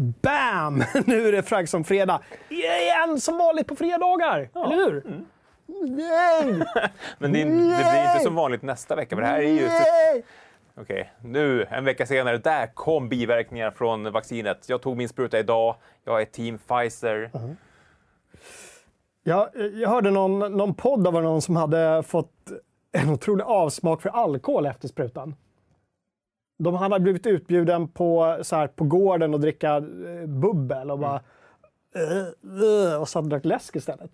Bam! Nu är det Fragg som fredag. Igen som vanligt på fredagar, eller hur? Mm. Nej! Men det blir inte som vanligt nästa vecka, för det här är ju... Okej, nu en vecka senare, där kom biverkningar från vaccinet. Jag tog min spruta idag, jag är team Pfizer. Jag hörde någon podd av någon som hade fått en otrolig avsmak för alkohol efter sprutan. De hade blivit utbjuden på gården och dricka bubbel och bara... och så drack läsk istället.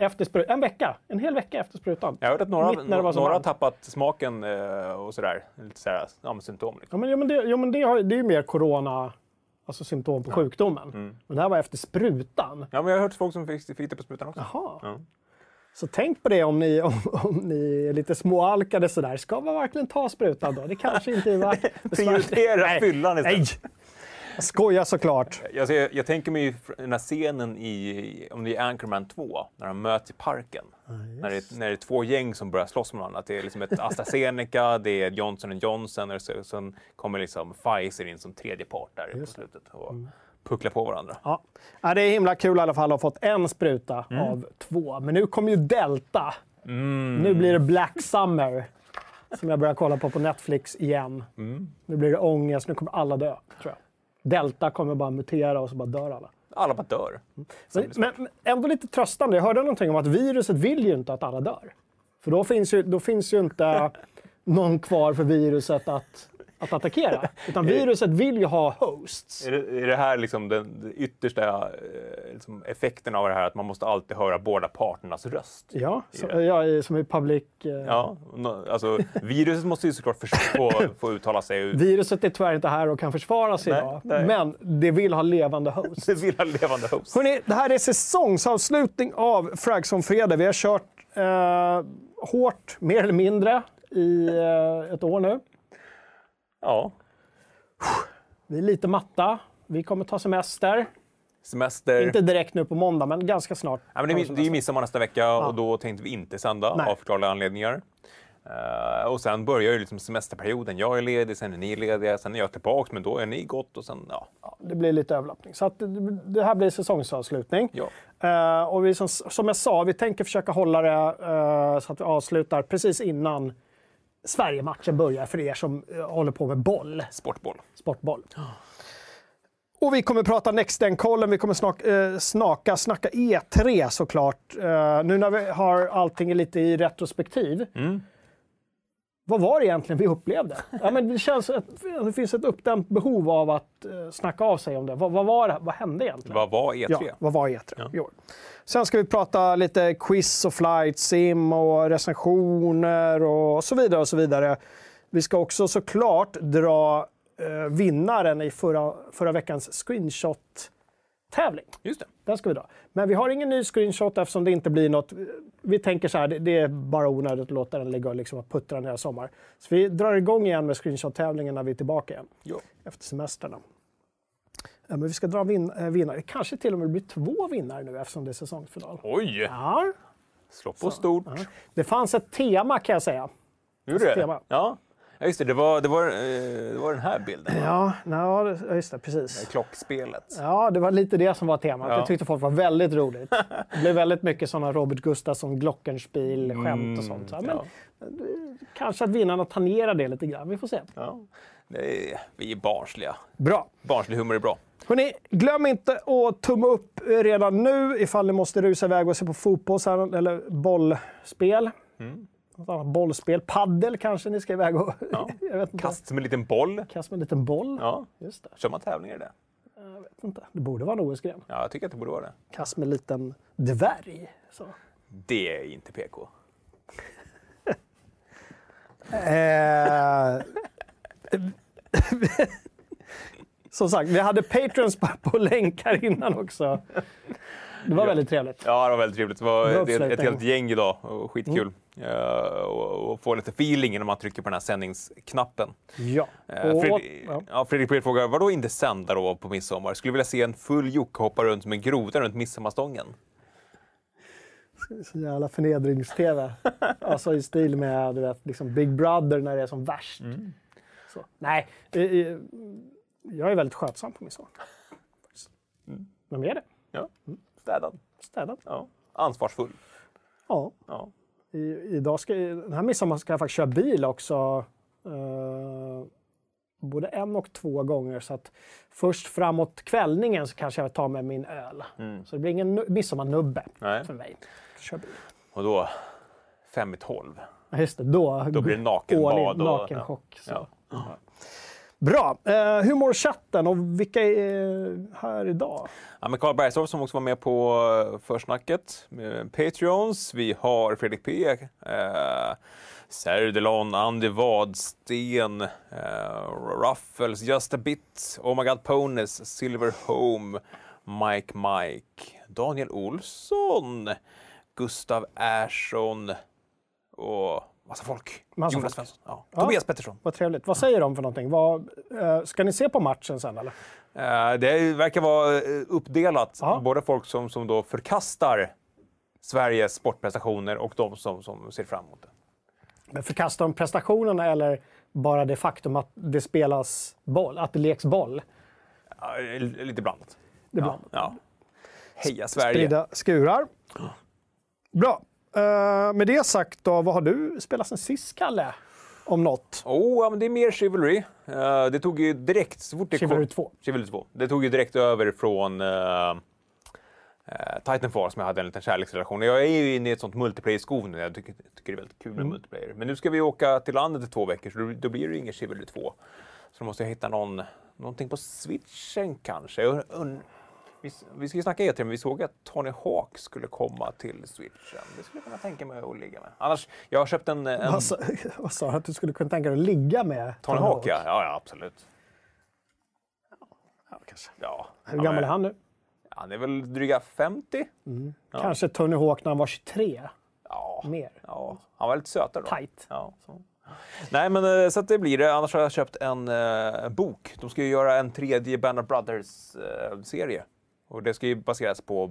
En hel vecka efter sprutan. Jag har hört att några har tappat smaken och sådär. Lite sådär, symptom. Liksom. Men det är ju mer corona, alltså symptom på sjukdomen. Men det här var efter sprutan. Ja, men jag har hört folk som fick det på sprutan också. Jaha. Ja. Så tänk på det om ni är lite småalkade sådär. Ska man verkligen ta sprutan då? Det kanske inte är värt... Prioritera fyllan istället. Jag skojar såklart. Jag tänker mig den här scenen om det är Anchorman 2, när de möts i parken. När det är två gäng som börjar slåss med varandra. Att det är liksom ett AstraZeneca, det är Johnson & Johnson och sen kommer liksom Pfizer in som tredje part där på slutet och pucklar på varandra. Ja, det är himla kul i alla fall att ha fått en spruta av 2. Men nu kommer ju Delta. Nu blir det Black Summer. Som jag börjar kolla på Netflix igen. Nu blir det ångest, nu kommer alla dö, tror jag. Delta kommer bara mutera och så bara dör alla. Alla bara dör. Men ändå lite tröstande. Jag hörde någonting om att viruset vill ju inte att alla dör. För då finns ju inte någon kvar för viruset att attackera. Utan viruset vill ju ha hosts. Är det här liksom den yttersta liksom effekten av det här, att man måste alltid höra båda parternas röst? Ja, som i public... Ja, alltså viruset måste ju såklart få uttala sig. Viruset är tyvärr inte här och kan försvara sig idag. Men det vill ha levande hosts. Det vill ha levande hosts. Hörrni, det här är säsongsavslutning av Fragg som fredag. Vi har kört hårt, mer eller mindre, i ett år nu. Ja. Vi är lite matta. Vi kommer ta semester. Inte direkt nu på måndag, men ganska snart. Ja, men det är ju midsommar nästa vecka och då tänkte vi inte sända av förklarliga anledningar. Och sen börjar ju liksom semesterperioden. Jag är ledig, sen är ni lediga, sen är jag tillbaka, men då är ni gott och sen, ja. Det blir lite överlappning. Så att det här blir säsongsavslutning. Ja. Och vi, som jag sa, vi tänker försöka hålla det så att vi avslutar precis innan Sverige-matchen börjar för er som håller på med boll. Sportboll. Och vi kommer prata Next-Gen-kollen, vi kommer snacka E3 såklart. Nu när vi har allting lite i retrospektiv. Vad var det egentligen vi upplevde? Ja, men det känns att det finns ett uppdämt behov av att snacka av sig om det. Vad var det? Vad hände egentligen? Vad var E3? Ja, vad var E3? Ja. Jo. Sen ska vi prata lite quiz och flight sim och recensioner och så vidare och så vidare. Vi ska också såklart dra vinnaren i förra veckans screenshot-tävling. Just det. Den ska vi dra. Men vi har ingen ny screenshot eftersom det inte blir något... Vi tänker så här, det är bara onödigt att låta den ligga och liksom puttra den hela sommar. Så vi drar igång igen med screenshot-tävlingen när vi är tillbaka igen. Jo. Efter semesterna. Men vi ska dra vinnare. Kanske till och med blir 2 vinnare nu eftersom det är säsongsfinal. Oj! Ja. Slå på stort. Ja. Det fanns ett tema kan jag säga. Gjorde det? Tema. Ja. Ja, just det. Det var den här bilden. Ja, just det. Precis. Klockspelet. Ja, det var lite det som var temat. Ja. Jag tyckte folk var väldigt roligt. Det blev väldigt mycket sådana Robert Gustafsson, Glockenspiel, skämt och sånt. Men kanske att vinnarna tangerar det lite grann. Vi får se. Ja. Vi är barnsliga. Bra. Barnslig humor är bra. Hörrni, glöm inte att tumma upp redan nu ifall ni måste rusa iväg och se på fotboll eller bollspel. Bollspel, paddel kanske ni ska iväg och... Ja. Jag vet inte. Kast med en liten boll. Ja, just det. Kör man tävlingar i det? Jag vet inte. Det borde vara en OS-gren. Ja, jag tycker att det borde vara det. Kast med en liten dvärg. Så. Det är inte PK. Som sagt, vi hade Patrons på länkar innan också. Det var väldigt trevligt. Ja, det var väldigt trevligt. Det var ett helt gäng idag och skitkul. Och få lite feeling när man trycker på den här sändningsknappen. Ja. Fredrik Bred frågar, vadå inte sända då på midsommar? Skulle vilja se en full Jocke hoppa runt som en groda runt midsommarstången. Så jävla förnedrings-tv. Alltså i stil med liksom Big Brother när det är som värst. Så. Nej, jag är väldigt skötsam på midsommar. Vem är det? Ja. Städad. Ja. Ansvarsfull. Ja. Idag den här midsommar ska jag faktiskt köra bil också. Både 1 och 2 gånger. Så att först framåt kvällningen så kanske jag tar med min öl. Så det blir ingen midsommarnubbe för mig. Kör bil. Och då 5:12. Ja, just det. Då blir det nakenbad. Nakenchock. Ja. Bra. Hur mår chatten och vilka är här idag? Ja, men Carl Bergstorff som också var med på försnacket med Patreons. Vi har Fredrik P. Serdelon, Andy Wadsten, Ruffles, Just a Bit, Oh My God Ponies, Silver Home, Mike, Daniel Olsson, Gustav Ersson och massa folk. Jonas Svensson. Ja. Tobias Pettersson. Vad trevligt. Vad säger de för någonting? Ska ni se på matchen sen eller? Det verkar vara uppdelat. Både folk som då förkastar Sveriges sportprestationer och de som ser fram emot det. Men förkastar de prestationerna eller bara det faktum att det spelas boll, att det leks boll? Ja, lite blandat. Det är blandat. Ja. Heja Sverige! Sprida skurar. Bra. Med det sagt då, vad har du spelat sen sist, Kalle? Om något? Men det är mer Chivalry. Det tog ju direkt... Så fort det Chivalry 2. Chivalry 2. Det tog ju direkt över från Titanfall som jag hade en liten kärleksrelation. Jag är ju inne i ett sånt multiplayer-skov nu. Jag tycker det är väldigt kul med multiplayer. Men nu ska vi åka till landet i 2 veckor, så då blir det ingen Chivalry 2. Så då måste jag hitta någonting på Switchen kanske. Vi ska ju snacka E3, men vi såg att Tony Hawk skulle komma till Switchen. Det skulle jag kunna tänka mig att ligga med. Annars, jag har köpt en... Vad sa du? Att du skulle kunna tänka dig att ligga med Tony Hawk? Ja, absolut. Ja, kanske. Ja. Hur gammal är han nu? Han är väl dryga 50. Ja. Kanske Tony Hawk när han var 23. Ja. Mer. Ja. Han var lite sötare då. Tight. Ja, så. Nej, men så att det blir det. Annars har jag köpt en bok. De ska ju göra en 3D Band of Brothers-serie. Och det ska ju baseras på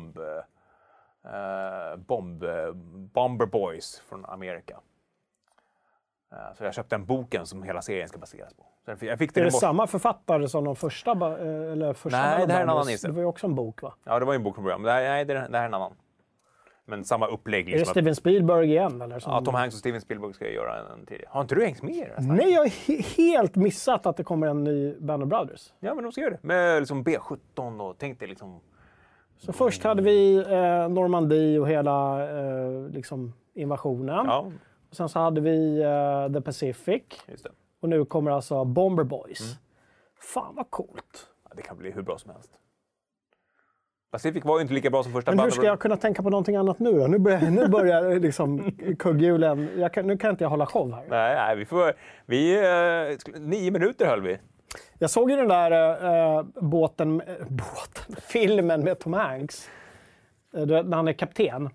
Bomber Boys från Amerika. Så jag köpte den boken som hela serien ska baseras på. Så jag fick är det samma författare som de första? Nej, det här är en annan. Det var ju också en bok, va? Ja, det var ju en bok från början. Men nej, det här är en annan. Men samma upplägg. Är det Steven Spielberg igen? Eller ja, Tom Hanks och Steven Spielberg ska göra en tidigare. Har inte du hängt med? Nej, jag har helt missat att det kommer en ny Band of Brothers. Ja, men de ska göra det. Med liksom B17 och tänk dig liksom... Så först hade vi Normandie och hela liksom invasionen. Ja. Och sen så hade vi The Pacific. Just det. Och nu kommer alltså Bomber Boys. Fan vad coolt. Ja, det kan bli hur bra som helst. Pacific var ju inte lika bra som första. Men hur ska jag kunna tänka på någonting annat nu då? Nu börjar liksom kugghjulen. Nu kan inte jag hålla show här. Nej, vi 9 minuter höll vi. Jag såg ju den där filmen med Tom Hanks. När han är kapten.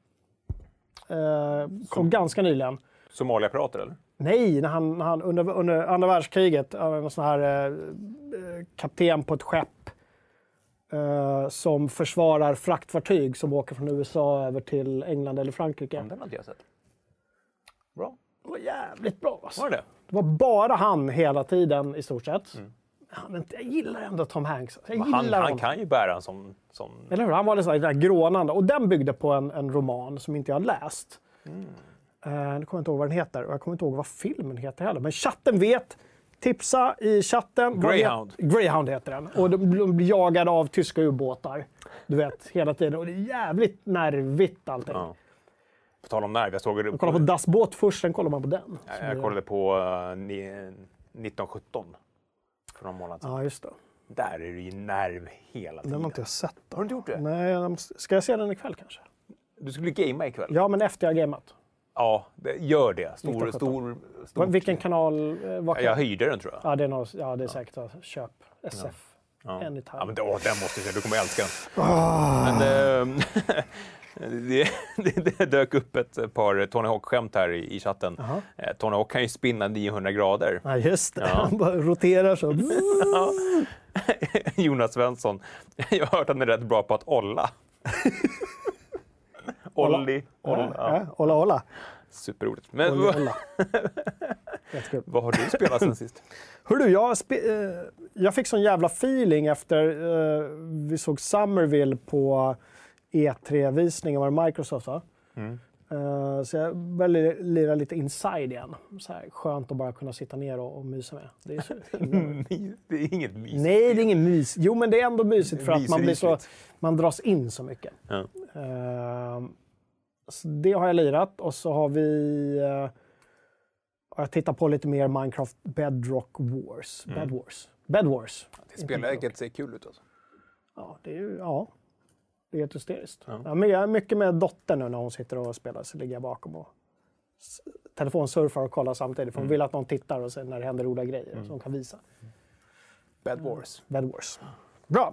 Kom ganska nyligen. Somalia-pirater eller? Nej, när han under andra världskriget, en sån här kapten på ett skepp som försvarar fraktfartyg som åker från USA över till England eller Frankrike. Den har inte jag sett. Bra. Det var jävligt bra. Alltså. Var det? Det var bara han hela tiden i stort sett. Jag gillar ändå Tom Hanks. Han kan ju bära en sån... Eller hur? Han var liksom där grånande. Och den byggde på en roman som inte jag har läst. Nu kommer jag inte ihåg vad den heter. Och jag kommer inte ihåg vad filmen heter heller. Men chatten vet. Tipsa i chatten. Greyhound heter den. Och de blir jagade av tyska ubåtar. Du vet, hela tiden. Och det är jävligt nervigt allting. Ja. På tal om nerv, jag såg det. Man kollar på Das Båt först, sen kollar man på den. Ja, jag kollade på 1917. För någon månad sedan. Ja, just det. Där är det ju nerv hela tiden. Den har inte jag sett. Har du inte gjort det? Nej, ska jag se den ikväll kanske? Du skulle gamea ikväll? Ja, men efter jag har gameat. Ja, gör det. Stor. Vilken kanal? Jag höjde den tror jag. Ja, det är säkert. Köp SF. Anytime. Ja, men den måste du se. Du kommer älska den. Men det dök upp ett par Tony Hawk-skämt här i chatten. Tony Hawk kan ju spinna 900 grader. Ja, just det. Han bara roterar så. Jonas Svensson. Jag har hört att han är rätt bra på att olla. Olla. Superroligt. Men Jättekul. Vad har du spelat sen sist? Hörru, jag fick sån jävla feeling efter vi såg Somerville på E3-visningen, var det Microsoft va? Så jag började lira lite Inside igen. Så här, skönt att bara kunna sitta ner och mysa med. Det är, det är inget mysigt. Nej, det är ingen mys. Jo, men det är ändå mysigt för att man dras in så mycket. Ja. Så det har jag lirat och så har jag tittat på lite mer Minecraft Bedrock Wars. Bed Wars. Det spelet ser kul ut alltså. Ja, det är helt hysteriskt. Ja, men jag är mycket med dottern nu när hon sitter och spelar, så ligger jag bakom och telefonsurfar och kollar samtidigt. För hon vill att någon tittar och sen när det händer roliga grejer som hon kan visa. Bed Wars. Bra.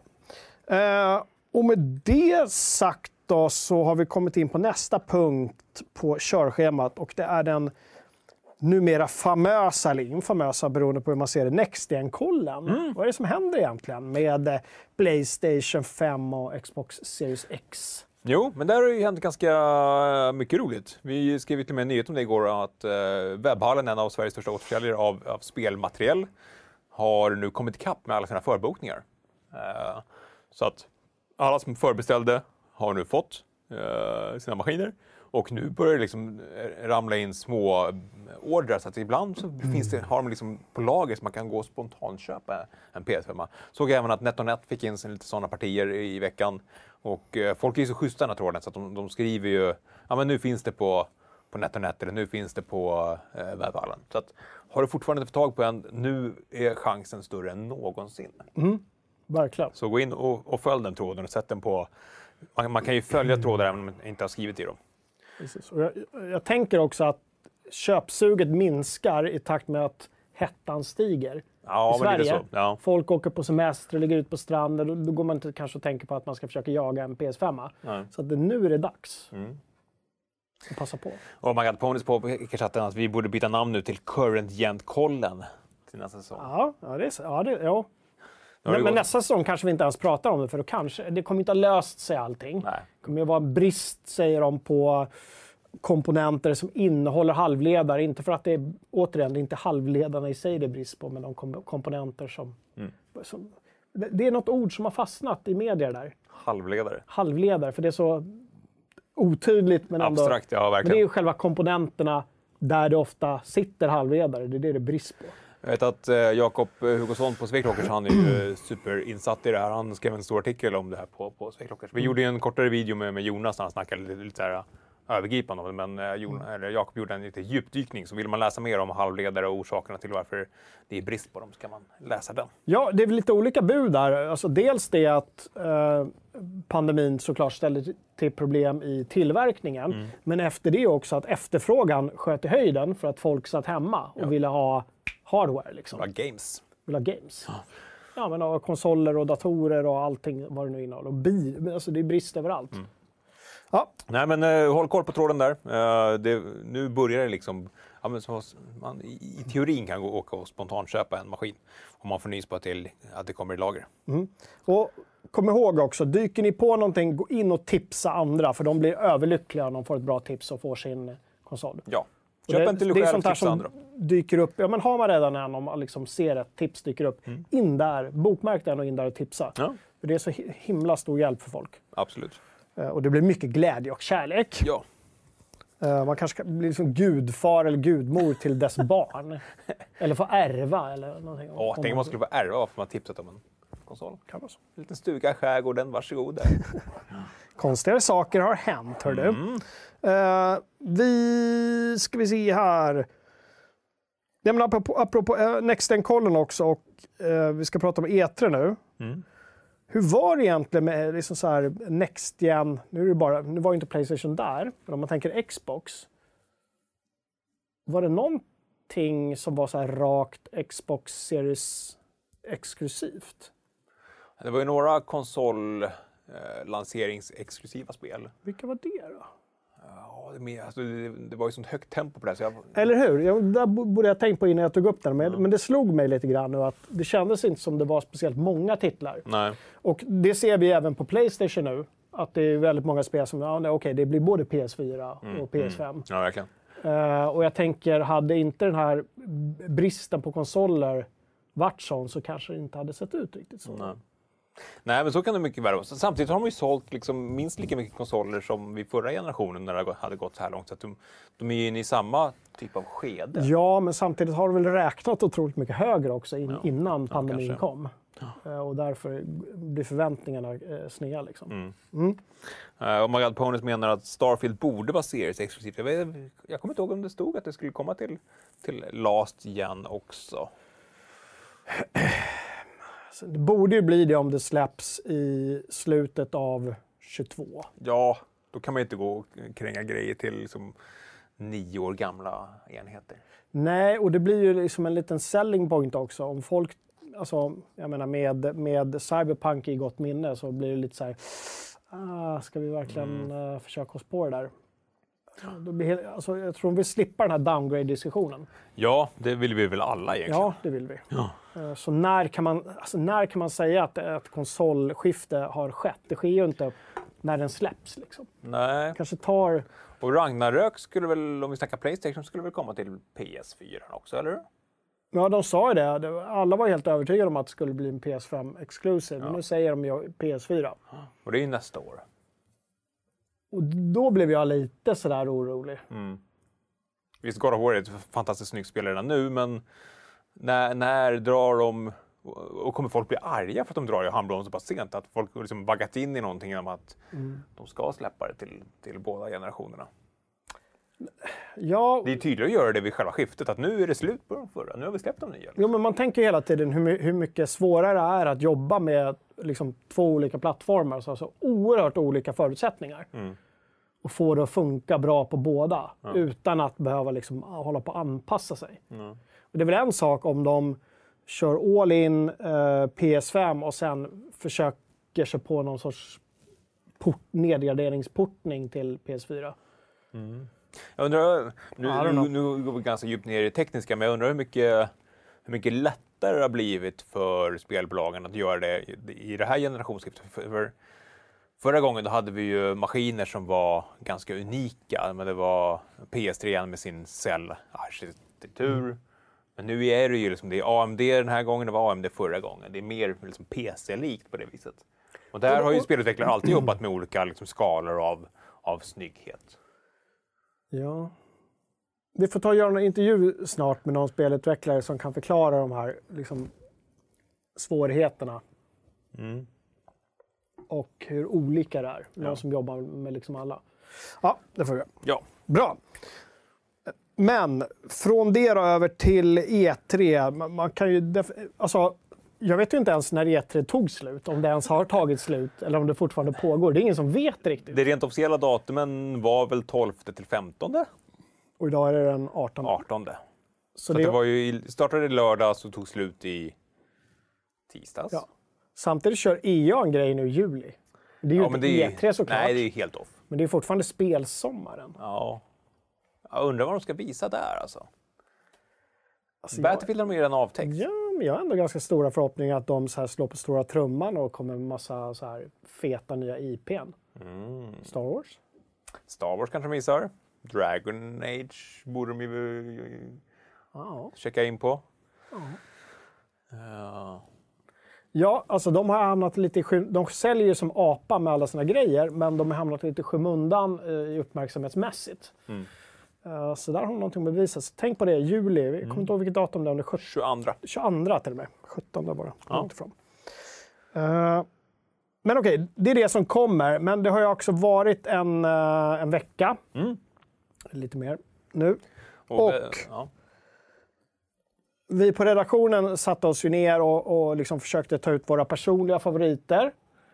Och med det sagt då så har vi kommit in på nästa punkt på körschemat och det är den numera famösa, eller infamösa beroende på hur man ser det, Next-gen-kollen. Vad är det som händer egentligen med PlayStation 5 och Xbox Series X? Jo, men där har det ju hänt ganska mycket roligt. Vi skrev till och med en nyhet om det igår att Webhallen, en av Sveriges största återförsäljare av spelmaterial, har nu kommit ikapp med alla sina förbokningar. Så att alla som förbeställde har nu fått sina maskiner. Och nu börjar det liksom ramla in små ordrar, så att ibland så har de liksom på lager så man kan gå och spontant köpa en PS5. Såg även att NetOnNet fick in sig lite sådana partier i veckan. Och folk är ju så schyssta den här tråden så att de skriver ju, ja men nu finns det på NetOnNet eller nu finns det på Webhallen. Så att har du fortfarande inte fått tag på en, nu är chansen större än någonsin. Verkligen. Så gå in och följ den tråden och sätt den på, man kan ju följa trådar även om man inte har skrivit i dem. Precis. Och jag tänker också att köpsuget minskar i takt med att hettan stiger. Ja, i Sverige. Men det är så. Ja. Folk åker på semester och ligger ut på stranden. Då går man inte kanske och tänker på att man ska försöka jaga en PS5. Nej. Så att nu är det dags. Att passa på. Och man kan påminna på chatten att vi borde byta namn nu till Current Gent-kollen till nästa säsong. Ja. Men nästa säsong kanske vi inte ens pratar om det, för då det kommer inte ha löst sig allting. Nej. Det kommer ju vara brist, säger de, på komponenter som innehåller halvledare. Inte för att det är, återigen, det är inte halvledarna i sig det är brist på, men de komponenter som... Det är något ord som har fastnat i medier där. Halvledare, för det är så otydligt men ändå... Abstrakt, ja verkligen. Men det är ju själva komponenterna där det ofta sitter halvledare. Det är det är brist på. Jag vet att Jakob Hugosson på Sweklockers, han är ju superinsatt i det här. Han skrev en stor artikel om det här på Sweklockers. Vi gjorde ju en kortare video med Jonas när han snackade lite så här övergripande om det, men Jakob gjorde en lite djupdykning. Så vill man läsa mer om halvledare och orsakerna till varför det är brist på dem, så kan man läsa den. Ja, det är väl lite olika bud där. Alltså, dels det att pandemin såklart ställde till problem i tillverkningen. Men efter det också att efterfrågan sköt i höjden för att folk satt hemma och ville ha hardware. Liksom. Vill ha games. Ja, men och konsoler och datorer och allting vad det nu innehåller. Och alltså det är brist överallt. Ja. Nej, men håll koll på tråden där. Nu börjar det liksom... Ja, men man i teorin kan åka och spontant köpa en maskin om man får nys på att det kommer i lager. Och kom ihåg också, dyker ni på någonting, gå in och tipsa andra. För de blir överlyckliga om de får ett bra tips och får sin konsol. Ja. Köp en till dig själv, tipsa andra. Dyker upp, ja men har man redan en, om man liksom ser ett tips dyker upp, in där, bokmärk den och in där och tipsa. Ja. För det är så himla stor hjälp för folk. Absolut. Och det blir mycket glädje och kärlek. Ja. Man kanske blir liksom gudfar eller gudmor till dess barn. Eller få ärva eller någonting. Tänk om man skulle få ärva varför man tipsat om en konsol. Kan vara så. En liten stuga i skärgården, varsågod. Konstigare saker har hänt, hör du. Vi ska vi se här. Ja, men apropå Next-gen-kollen också, och vi ska prata om E3 nu. Hur var det egentligen med liksom så här Next-gen? Nu var ju inte PlayStation där, men om man tänker Xbox. Var det någonting som var så här rakt Xbox Series exklusivt? Det var ju några lanseringsexklusiva spel. Vilka var det då? Ja, det var ju sånt högt tempo på det. Så Eller hur? Där borde jag tänkt på innan jag tog upp den. Men det slog mig lite grann nu att det kändes inte som det var speciellt många titlar. Nej. Och det ser vi även på PlayStation nu. Att det är väldigt många spel som, det blir både PS4 och PS5. Ja, verkligen. Och jag tänker, hade inte den här bristen på konsoler varit sån så kanske det inte hade sett ut riktigt så. Nej, men så kan det mycket vara. Samtidigt har de ju sålt liksom minst lika mycket konsoler som vid förra generationen när det hade gått så här långt. Så att de är inne i samma typ av skede. Ja, men samtidigt har de väl räknat otroligt mycket högre också innan pandemin kom. Och därför blir förväntningarna sneda. Liksom. Och Magad Ponus menar att Starfield borde vara Series-exklusivt. Jag kommer inte ihåg om det stod att det skulle komma till Last Gen också. Det borde ju bli det om det släpps i slutet av 22. Ja, då kan man inte gå och kränga grejer till liksom 9 år gamla enheter. Nej, och det blir ju liksom en liten selling point också. Om folk, alltså, jag menar med Cyberpunk i gott minne så blir det lite så här, ska vi verkligen försöka oss på det där? Alltså, jag tror vi vill slippa den här downgrade-diskussionen. Ja, det vill vi väl alla egentligen. Ja, det vill vi. Ja. Så när kan man säga att ett konsolskifte har skett? Det sker ju inte när den släpps. Liksom. Nej. Kanske tar... Och Ragnarök skulle väl, om vi snackar PlayStation, skulle väl komma till PS4 också, eller? Ja, de sa ju det. Alla var helt övertygade om att det skulle bli en PS5 exclusive. Men nu säger de ju PS4. Och det är ju nästa år. Och då blev jag lite sådär orolig. Visst, God of War är ett fantastiskt snyggt spel redan nu, men när drar de... Och kommer folk bli arga för att de drar i handbromsen så pass sent? Att folk har liksom baggat in i någonting om att de ska släppa det till båda generationerna. Ja, det är tydligt att göra det vid själva skiftet, att nu är det slut på de förra. Nu har vi släppt de nya. Jo, men man tänker hela tiden hur mycket svårare det är att jobba med liksom 2 olika plattformar. Så alltså oerhört olika förutsättningar. Och få det att funka bra på båda. Utan att behöva liksom hålla på att anpassa sig. Och det är väl en sak om de kör all in PS5 och sen försöker sig på någon sorts nedgraderingsportning till PS4. Jag undrar, nu går vi ganska djupt ner i det tekniska, men jag undrar hur mycket lättare det har blivit för spelbolagen att göra det i det här generationsskiftet. För förra gången då hade vi ju maskiner som var ganska unika, men det var PS3 med sin cellarkitektur. Men nu är det ju liksom, det är AMD den här gången, det var AMD förra gången. Det är mer liksom PC-likt på det viset. Och där har ju spelutvecklare alltid jobbat med olika liksom skalor av snygghet. Ja. Vi får göra en intervju snart med någon spelutvecklare som kan förklara de här liksom, svårigheterna. Och hur olika det är. Någon som jobbar med liksom alla. Ja, det får vi göra. Ja. Bra. Men från det då över till E3. Man kan ju alltså, jag vet ju inte ens när E3 tog slut. Om det ens har tagit slut eller om det fortfarande pågår. Det är ingen som vet riktigt. Det rent officiella datumen var väl 12 till 15. Och idag är det den 18. 18. Så det var ju, startade lördag så tog slut i tisdags. Ja. Samtidigt kör EA en grej nu i juli. Det är ju inte E3 såklart. Nej, det är helt off. Men det är fortfarande spelsommaren. Ja. Jag undrar vad de ska visa där alltså Battlefield har de ju redan avtäckt. Ja, men jag har ändå ganska stora förhoppningar att de så här slår på stora trumman och kommer med en massa så här feta nya IP:n. Star Wars? Star Wars kanske de visar. Dragon Age borde de ju checka in på. Ja, alltså de har hamnat lite de säljer ju som apa med alla sina grejer, men de har hamnat lite i skymundan i uppmärksamhetsmässigt. Så där har de någonting att bevisa. Så tänk på det, juli. Vi kommer inte ihåg vilket datum det är. 22 till och med. 17 bara. Men okej, det är det som kommer. Men det har ju också varit en vecka. Lite mer nu. Och vi på redaktionen satte oss ju ner och liksom försökte ta ut våra personliga favoriter.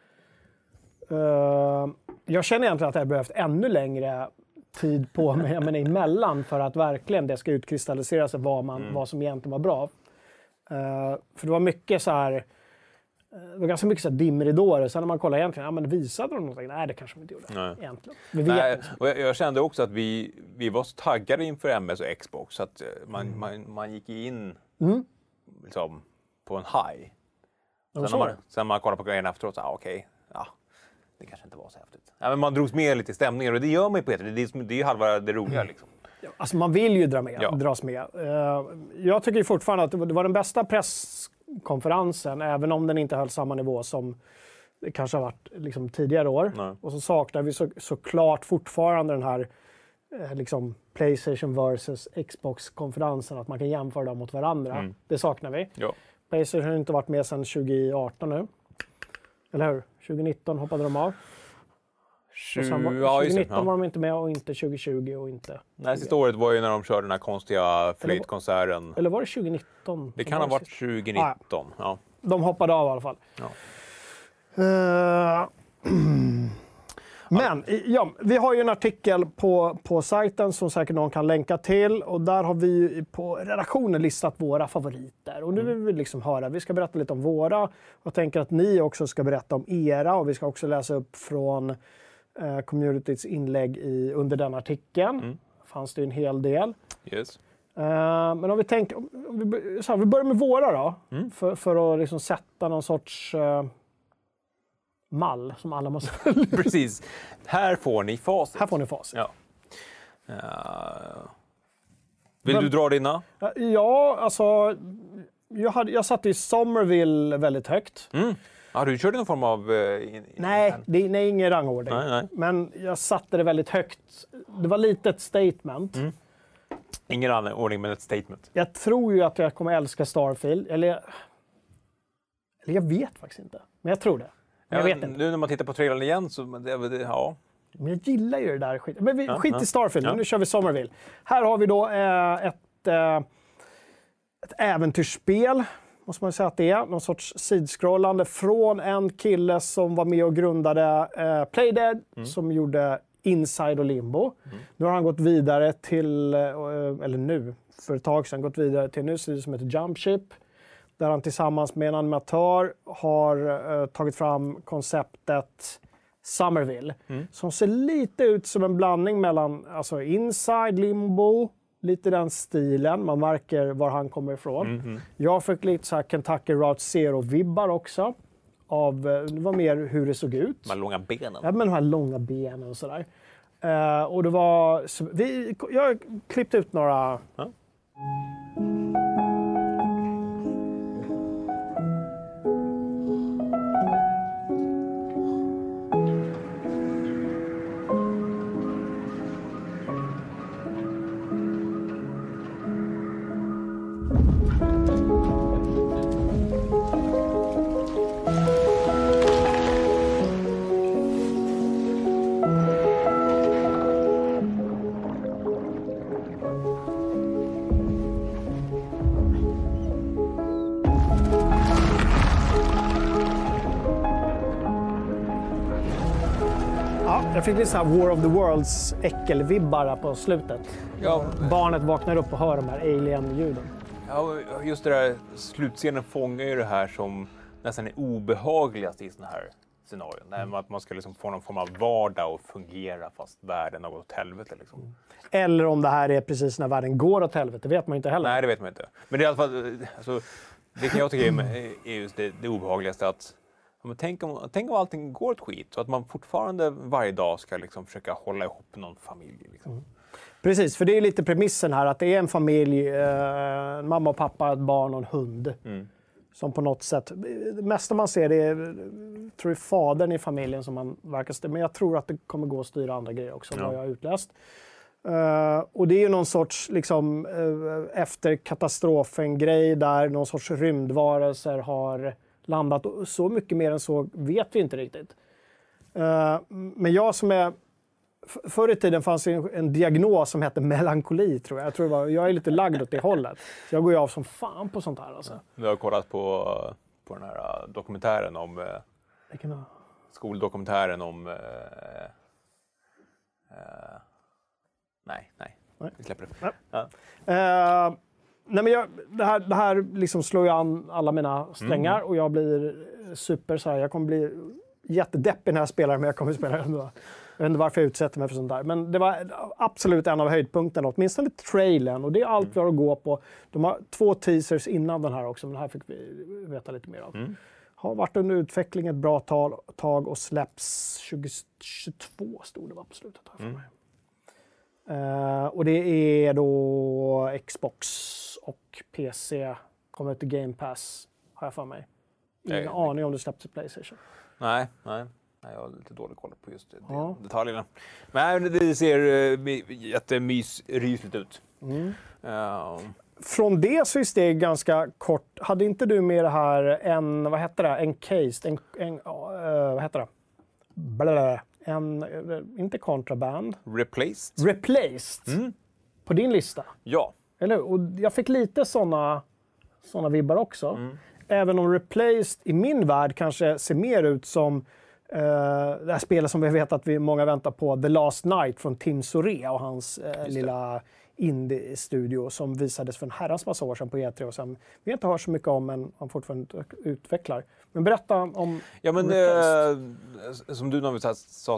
Jag känner egentligen att jag har behövt ännu längre tid på mig emellan för att verkligen det ska utkristallisera sig vad som egentligen var bra. För det var mycket så här, det var ganska mycket så här dimridåer. Sen när man kollar egentligen, men visade de någonting? Nej, det kanske de inte gjorde. Egentligen. Nej, och jag kände också att vi var så taggade inför MS och Xbox så att man gick in liksom, på en high. Sen man kollar på grejerna efteråt så det kanske inte var så häftigt. Ja, men man drogs med lite i stämningen och det gör man ju på E3. Det är ju halva det roliga liksom. Alltså man vill ju dras med. Jag tycker fortfarande att det var den bästa presskonferensen, även om den inte höll samma nivå som det kanske har varit liksom tidigare år. Nej. Och så saknar vi såklart fortfarande den här liksom PlayStation versus Xbox-konferensen, att man kan jämföra dem mot varandra. Det saknar vi. Ja. PlayStation har inte varit med sedan 2018 nu. Eller hur? 2019 hoppade de av. 2019 var de inte med och inte 2020 och inte... Nej, sista året var ju när de körde den här konstiga flöjtkonserten. Eller var det 2019? Det kan ha varit 2019. Ja. De hoppade av i alla fall. Ja. Men vi har ju en artikel på sajten som säkert någon kan länka till. Och där har vi på redaktionen listat våra favoriter. Och nu vill vi liksom höra, vi ska berätta lite om våra. Jag tänker att ni också ska berätta om era. Och vi ska också läsa upp från communityts inlägg under den artikeln. Fanns det en hel del. Yes. Men om vi tänker, vi börjar med våra då. För att liksom sätta någon sorts mall som alla måste... Precis. Här får ni facit. Ja. Vill du dra dina? Ja, alltså... Jag satte i Somerville väldigt högt. Du körde någon form av... Nej, det är ingen rangordning. Nej. Men jag satte det väldigt högt. Det var lite ett statement. Ingen annan ordning, men ett statement. Jag tror ju att jag kommer älska Starfield. Eller jag vet faktiskt inte. Men jag tror det. Jag vet inte. Nu när man tittar på trailern igen så... Ja. Men jag gillar ju det där skit. Men skit i Starfield. Nu kör vi Somerville. Här har vi då ett äventyrsspel. Måste man säga att det är. Någon sorts sidskrollande från en kille som var med och grundade Playdead. Som gjorde Inside och Limbo. Nu har han gått vidare till, eller nu, för ett tag sedan, gått vidare till en ny studie som heter Jumpship. Där han tillsammans med en animatör har tagit fram konceptet Somerville. Som ser lite ut som en blandning mellan alltså Inside, Limbo, lite den stilen. Man märker var han kommer ifrån. Jag fick lite så här Kentucky Route Zero-vibbar också. Det var mer hur det såg ut. De här långa benen. Ja, men de här långa benen och sådär. Och det var... jag har klippt ut några... Jag fick lite så här War of the Worlds äckelvibbar på slutet. Ja. Barnet vaknar upp och hör de här alien-ljuden. Ja, just det där slutscenen fångar ju det här som nästan är obehagligast i såna här scenarion. Där att man ska liksom få någon form av vardag och fungera fast världen har gått åt helvete. Liksom. Eller om det här är precis när världen går åt helvete, det vet man inte heller. Nej, det vet man inte. Men det är i alla fall, alltså, det kan jag tycka är just det obehagligaste att tänk om allting går åt skit och att man fortfarande varje dag ska liksom försöka hålla ihop någon familj. Liksom. Precis, för det är lite premissen här att det är en familj, mamma och pappa, ett barn och en hund. Som på något sätt, det mesta man ser det är, tror jag, fadern i familjen som man verkar ställa. Men jag tror att det kommer gå att styra andra grejer också, vad jag har utläst. Och det är ju någon sorts liksom, efter katastrofen-grej där någon sorts rymdvarelser har landat. Och så mycket mer än så vet vi inte riktigt. Men jag som är... Förr i tiden fanns en diagnos som hette melankoli, tror jag. Jag är lite lagd åt det hållet. Så jag går ju av som fan på sånt här. Alltså. Du har kollat på den här dokumentären om... Skoldokumentären om... Nej. Vi släpper det. Ja. Nej, men det här liksom slår ju an alla mina strängar och jag blir super så här. Jag kommer bli jättedeppig när jag spelar, men jag kommer spela ändå. Jag vet inte varför jag utsätter mig för sånt där. Men det var absolut en av höjdpunkterna, åtminstone trailern. Och det är allt vi har att gå på. De har 2 teasers innan den här också, men den här fick vi veta lite mer av. Har varit under utveckling ett bra tag och släpps 2022, stod det var på slutet här för mig. Och det är då Xbox och PC kommer ut till Game Pass, har jag för mig. Ingen aning om det släpps till PlayStation. Nej, jag har lite dålig koll på just det detaljerna. Men det ser jättemysrysligt ut. Från det så är steg ganska kort. Hade inte du med det här inte Contraband. Replaced. På din lista. Ja. Eller hur? Och jag fick lite såna vibbar också. Även om Replaced i min värld kanske ser mer ut som det här spelet som vi vet att många väntar på, The Last Night från Tim Sorea och hans lilla indie-studio som visades för en herrans massa år sedan på E3 och sen vi inte hört så mycket om, men han fortfarande utvecklar. Men berätta om som du när vi sa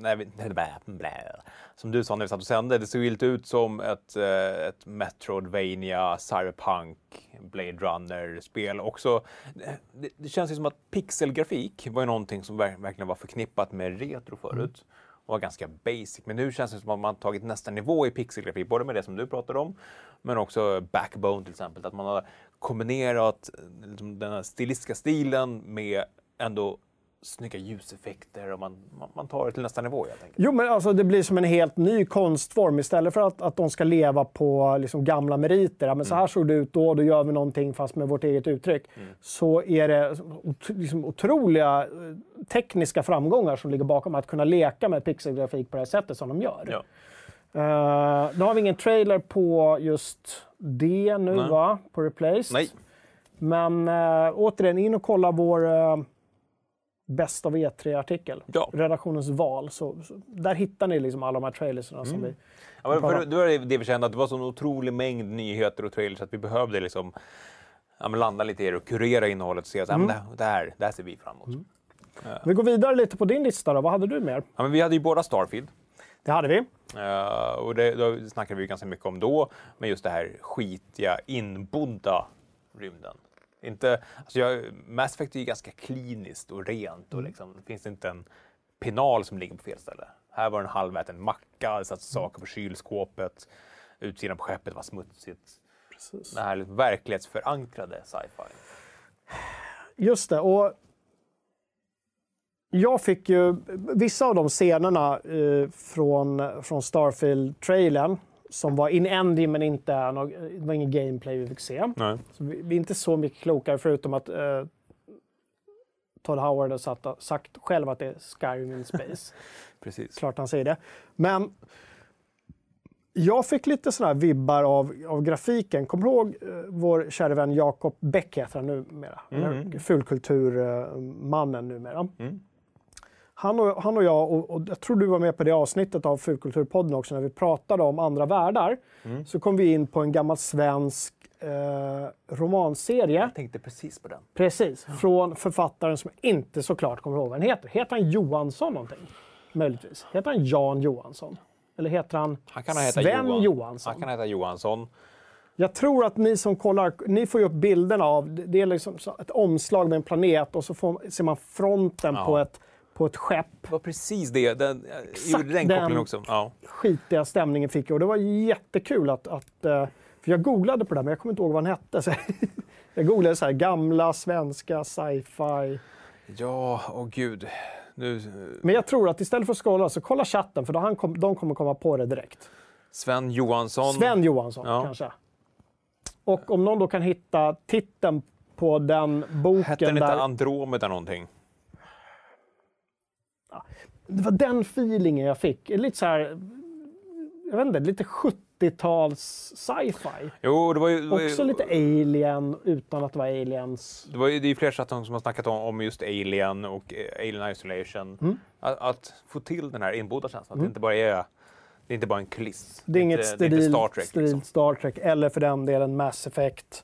som du sa när vi satt och sände, det såg ju lite ut som ett Metroidvania, Cyberpunk, Blade Runner-spel också. Det känns ju som att pixelgrafik var ju någonting som verkligen var förknippat med retro förut. Och var ganska basic. Men nu känns det som att man tagit nästa nivå i pixelgrafik. Både med det som du pratade om, men också Backbone till exempel. Att man har kombinerat den här stilistiska stilen med ändå snygga ljuseffekter. Och man tar det till nästa nivå, jag tänker. Jo, men alltså det blir som en helt ny konstform. Istället för att de ska leva på liksom gamla meriter. Ja, men så här såg det ut då gör vi någonting fast med vårt eget uttryck. Så är det liksom otroliga tekniska framgångar som ligger bakom att kunna leka med pixelgrafik på det här sättet som de gör. Ja. Nu har vi ingen trailer på just det nu, va? På Replaced. Nej. Men återigen, in och kolla vår Best of E3-artikel. Ja. Redaktionens val. Så där hittar ni liksom alla de här trailersarna som vi... Ja, men det var det vi kände, att det var så en otrolig mängd nyheter och trailers att vi behövde liksom landa lite i det och kurera innehållet och se att det här ser vi fram emot. Vi går vidare lite på din lista då. Vad hade du mer? Ja, men vi hade ju båda Starfield. Det hade vi. Och då snackade vi ganska mycket om då, men just det här skitiga, inbodda rymden. Mass Effect är ju ganska kliniskt och rent och liksom, det finns inte en penal som ligger på fel ställe. Här var en halväten macka, det satt saker på kylskåpet, utsidan på skeppet var smutsigt. Precis. Det här verklighetsförankrade sci-fi. Just det, och jag fick ju vissa av de scenerna från Starfield-trailern som var in-ending men det var ingen gameplay vi fick se. Nej. Så vi är inte så mycket klokare förutom att Todd Howard har sagt själv att det är Skyrim in space. Precis. Klart han säger det. Men jag fick lite sådana här vibbar av grafiken. Kommer du ihåg vår kära vän Jakob Beck heter han numera? Fulkulturmannen numera. Han och jag, och jag tror du var med på det avsnittet av Fulkulturpodden också, när vi pratade om andra världar, så kom vi in på en gammal svensk romanserie. Jag tänkte precis på den. Precis, från författaren som inte såklart kommer ihåg vad han heter. Heter han Johansson någonting? Möjligtvis. Heter han Jan Johansson? Eller heter han Sven Johansson? Han kan heta Johansson. Jag tror att ni som kollar, ni får ju upp bilderna av, det är liksom ett omslag med en planet och så ser man fronten på ett skepp. Det var precis det. Den kopplingen också. Ja. Skitiga stämningen fick jag. Och det var jättekul för jag googlade på det men jag kommer inte ihåg vad han hette. Så jag googlade så här, gamla svenska sci-fi. Ja, gud. Men jag tror att istället för att scrolla så kolla chatten för de kommer komma på det direkt. Sven Johansson kanske. Och om någon då kan hitta titeln på den boken. Hette den inte Andromeda någonting? Det var den feelingen jag fick. Lite så här, jag vet inte, lite 70-tals sci-fi. Jo, det var ju också lite Alien utan att det var aliens. Det är flera chatter som har snackat om just Alien och Alien Isolation. Att få till den här inbodda känslan. Att det är inte bara en kuliss. Det är inget sterilt Star Trek, liksom. Star Trek eller för den delen Mass Effect.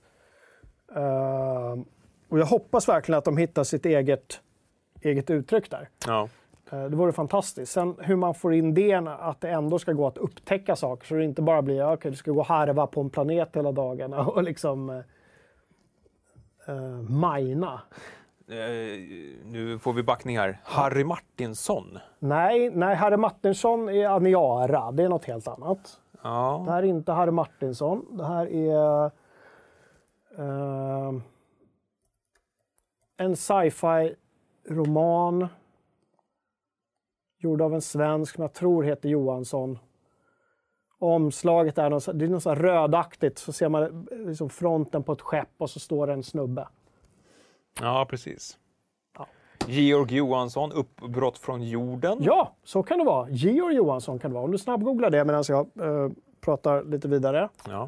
Och jag hoppas verkligen att de hittar sitt eget uttryck där. Ja. Det vore fantastiskt. Sen hur man får in det att det ändå ska gå att upptäcka saker. Så det inte bara blir du ska gå och harva på en planet hela dagarna och liksom mina. Nu får vi backning här. Harry Martinsson. Nej, Harry Martinsson är Aniara. Det är något helt annat. Ja. Det här är inte Harry Martinsson. Det här är en sci-fi roman gjord av en svensk som jag tror heter Johansson. Omslaget är något så rödaktigt. Så ser man liksom fronten på ett skepp och så står det en snubbe. Ja, precis. Ja. Georg Johansson, Uppbrott från jorden. Ja, så kan det vara. Georg Johansson kan det vara. Om du snabbgooglar det medan jag pratar lite vidare. Ja.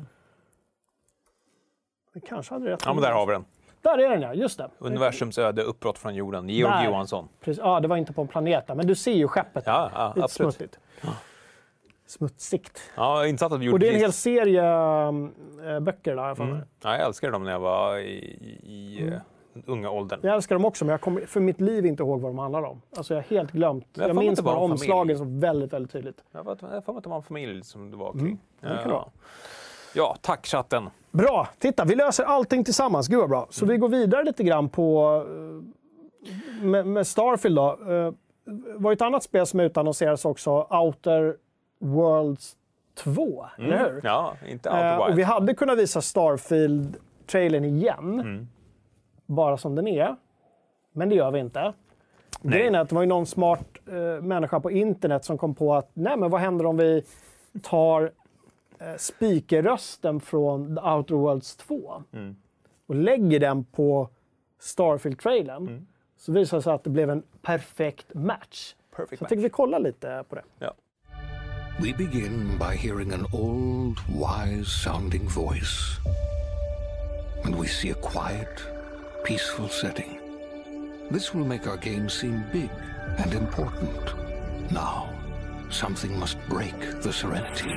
Det kanske hade rätt. Ja, men där har vi den. Där är den, ja. Just det. Universums öde, Uppbrott från jorden. Georg Johansson. Precis. Ja, det var inte på en planet där, men du ser ju skeppet. Ja, lite absolut. Smutsigt. Smutsigt. Ja, insatt att vi gjorde. Och det är en hel serie böcker där. Ja, jag älskade dem när jag var i unga åldern. Jag älskar dem också, men jag kommer för mitt liv inte ihåg vad de handlar om. Alltså jag har helt glömt. Jag minns bara omslagen så väldigt, väldigt tydligt. Jag får att det var en familj som det var kring. Det kan det vara. Ja, tack chatten. Bra, titta vi löser allting tillsammans. Gud vad bra. Så vi går vidare lite grann på med Starfield då. Det var ett annat spel som utannonserades också, Outer Worlds 2, eller hur? Ja, inte Outer Wilds. Och vi hade kunnat visa Starfield-trailern igen, bara som den är. Men det gör vi inte. Grejen är att det var ju någon smart människa på internet som kom på att nej, men vad händer om vi tar speakerrösten från The Outer Worlds 2 och lägger den på Starfield-trailern, så visar det sig att det blev en perfekt match. Så jag tycker vi kollar lite på det. Ja. We begin by hearing an old, wise-sounding voice. And we see a quiet, peaceful setting. This will make our game seem big and important. Now, something must break the serenity.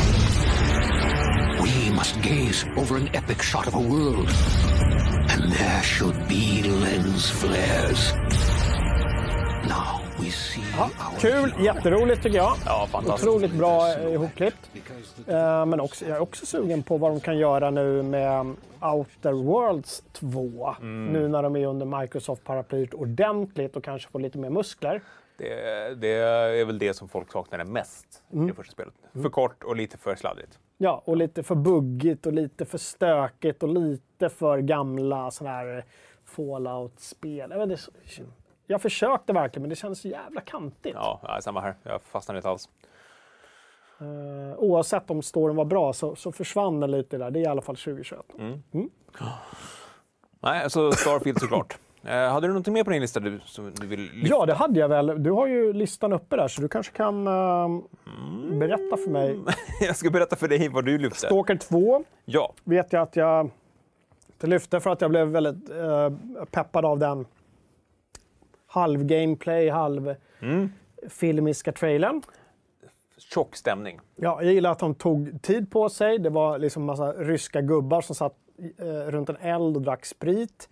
We must gaze over an epic shot of a world. And there should be lens flares. Now we see Kul, jätteroligt tycker jag. Ja, fantastiskt. Otroligt bra ihopklippt. Men också, jag är också sugen på vad de kan göra nu med Outer Worlds 2. Nu när de är under Microsoft-paraplyt ordentligt och kanske får lite mer muskler. Det är väl det som folk saknar mest i det första spelet. För kort och lite för sladdigt. Ja, och lite för buggigt och lite för stökigt och lite för gamla sådana här Fallout-spel. Jag försökte verkligen, men det kändes så jävla kantigt. Ja, samma här. Jag fastnade inte alls. Oavsett om storyn var bra så försvann den lite där. Det är i alla fall 2021. Nej, så Starfield såklart. Hade du någonting mer på din lista som du vill lyfta? Ja, det hade jag väl. Du har ju listan uppe där, så du kanske kan berätta för mig. Jag ska berätta för dig vad du lyfte. Stalker 2 vet jag att jag lyfte för att jag blev väldigt peppad av den halv-gameplay, halv-filmiska trailern. Tjock stämning. Ja, jag gillar att de tog tid på sig. Det var liksom massa ryska gubbar som satt runt en eld och drack sprit.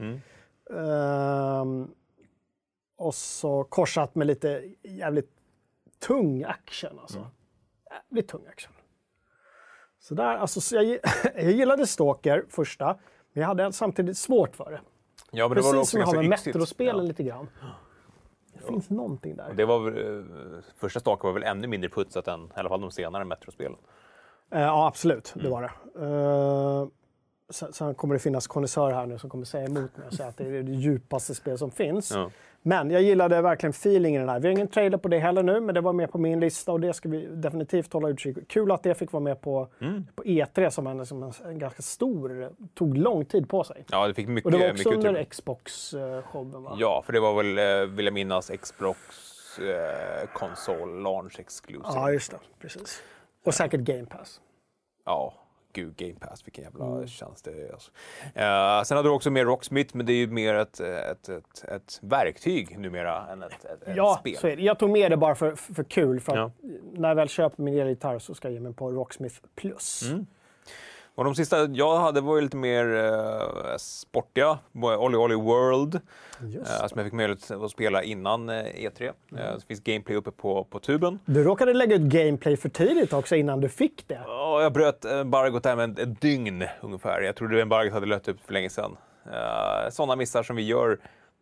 Och så korsat med lite jävligt tung action. Alltså. Jävligt tung action. Så där, alltså, jag gillade Stalker första, men jag hade samtidigt svårt för det. Ja, men precis det var också som jag har med yxigt. Metrospelen lite grann. Det finns någonting där. Och det var första Stalker var väl ännu mindre putsat än i alla fall de senare Metrospelen. Ja, absolut. Det var det. Sen kommer det finnas konnässör här nu som kommer säga emot mig och säga att det är det djupaste spel som finns. Ja. Men jag gillade verkligen feelingen i den här. Vi har ingen trailer på det heller nu, men det var med på min lista och det ska vi definitivt hålla utkik. Kul att det fick vara med på E3 som en ganska stor, tog lång tid på sig. Ja, det fick mycket. Och det var också mycket under Xbox-showen, va? Ja, för det var väl, vill jag minnas, Xbox konsol launch exclusive. Ja, just det. Precis. Och säkert Game Pass. Ja. Gud, Game Pass, vilken jävla tjänst det är. Alltså. Sen hade du också mer Rocksmith, men det är ju mer ett verktyg numera än ett spel. Ja, så är det. Jag tog med det bara för kul. För att när jag väl köper min elgitarr så ska jag ge mig på Rocksmith Plus. Och de sista jag hade var ju lite mer sportiga. Olly World, som jag fick möjlighet att spela innan E3. Det finns gameplay uppe på tuben. Du råkade lägga ut gameplay för tidigt också innan du fick det. Ja, jag bröt embargot där med ett dygn ungefär. Jag trodde embargot hade löpt upp för länge sedan. Sådana missar som vi gör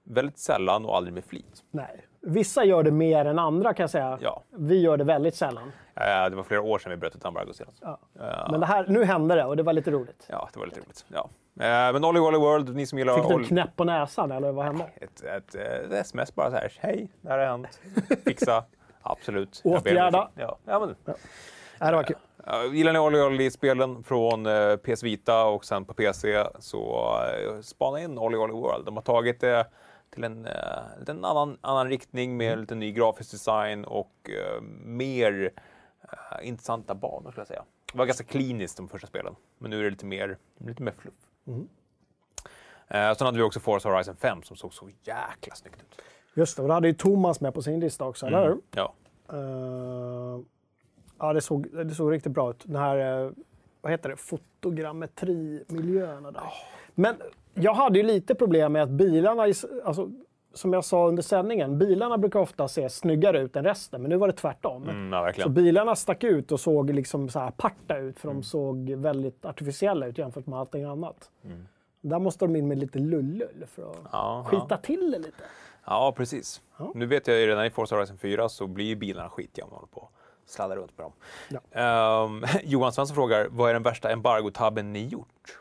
väldigt sällan och aldrig med flit. Nej. Vissa gör det mer än andra kan jag säga. Ja. Vi gör det väldigt sällan. Det var flera år sedan vi bröt ett embargo senast. Ja. Men det här, nu hände det och det var lite roligt. Ja, det var lite roligt. Ja. Men Ollie World, ni som gillar... Fick du en knäpp på näsan eller vad hände? Ett sms bara så här. Hej, det här har hänt. Fixa. Absolut. Åtgärda. Ja, men... Ja. Det var kul. Gillar ni Ollie-spelen från PS Vita och sen på PC så spana in Ollie World. De har tagit det till en annan riktning med lite ny grafisk design och mer intressanta banor skulle jag säga. Det var ganska kliniskt de första spelen, men nu är det lite mer fluff. Sen hade vi också Forza Horizon 5 som såg så jäkla snyggt ut. Just det, och då hade ju Thomas med på sin lista också, eller hur? Ja. Ja, det såg riktigt bra ut. Den här, vad heter det, fotogrammetrimiljöerna där. Men jag hade ju lite problem med att bilarna, alltså, som jag sa under sändningen, bilarna brukar ofta se snyggare ut än resten, men nu var det tvärtom. Ja, verkligen. Så bilarna stack ut och såg liksom så här parta ut, för de såg väldigt artificiella ut jämfört med allting annat. Där måste de in med lite lullull för att skita till det lite. Ja, precis. Ja. Nu vet jag ju redan i Forza Horizon 4 så blir bilarna skitiga om man håller på sladdar runt på dem. Ja. Johan Svensson frågar, vad är den värsta embargotabben ni gjort?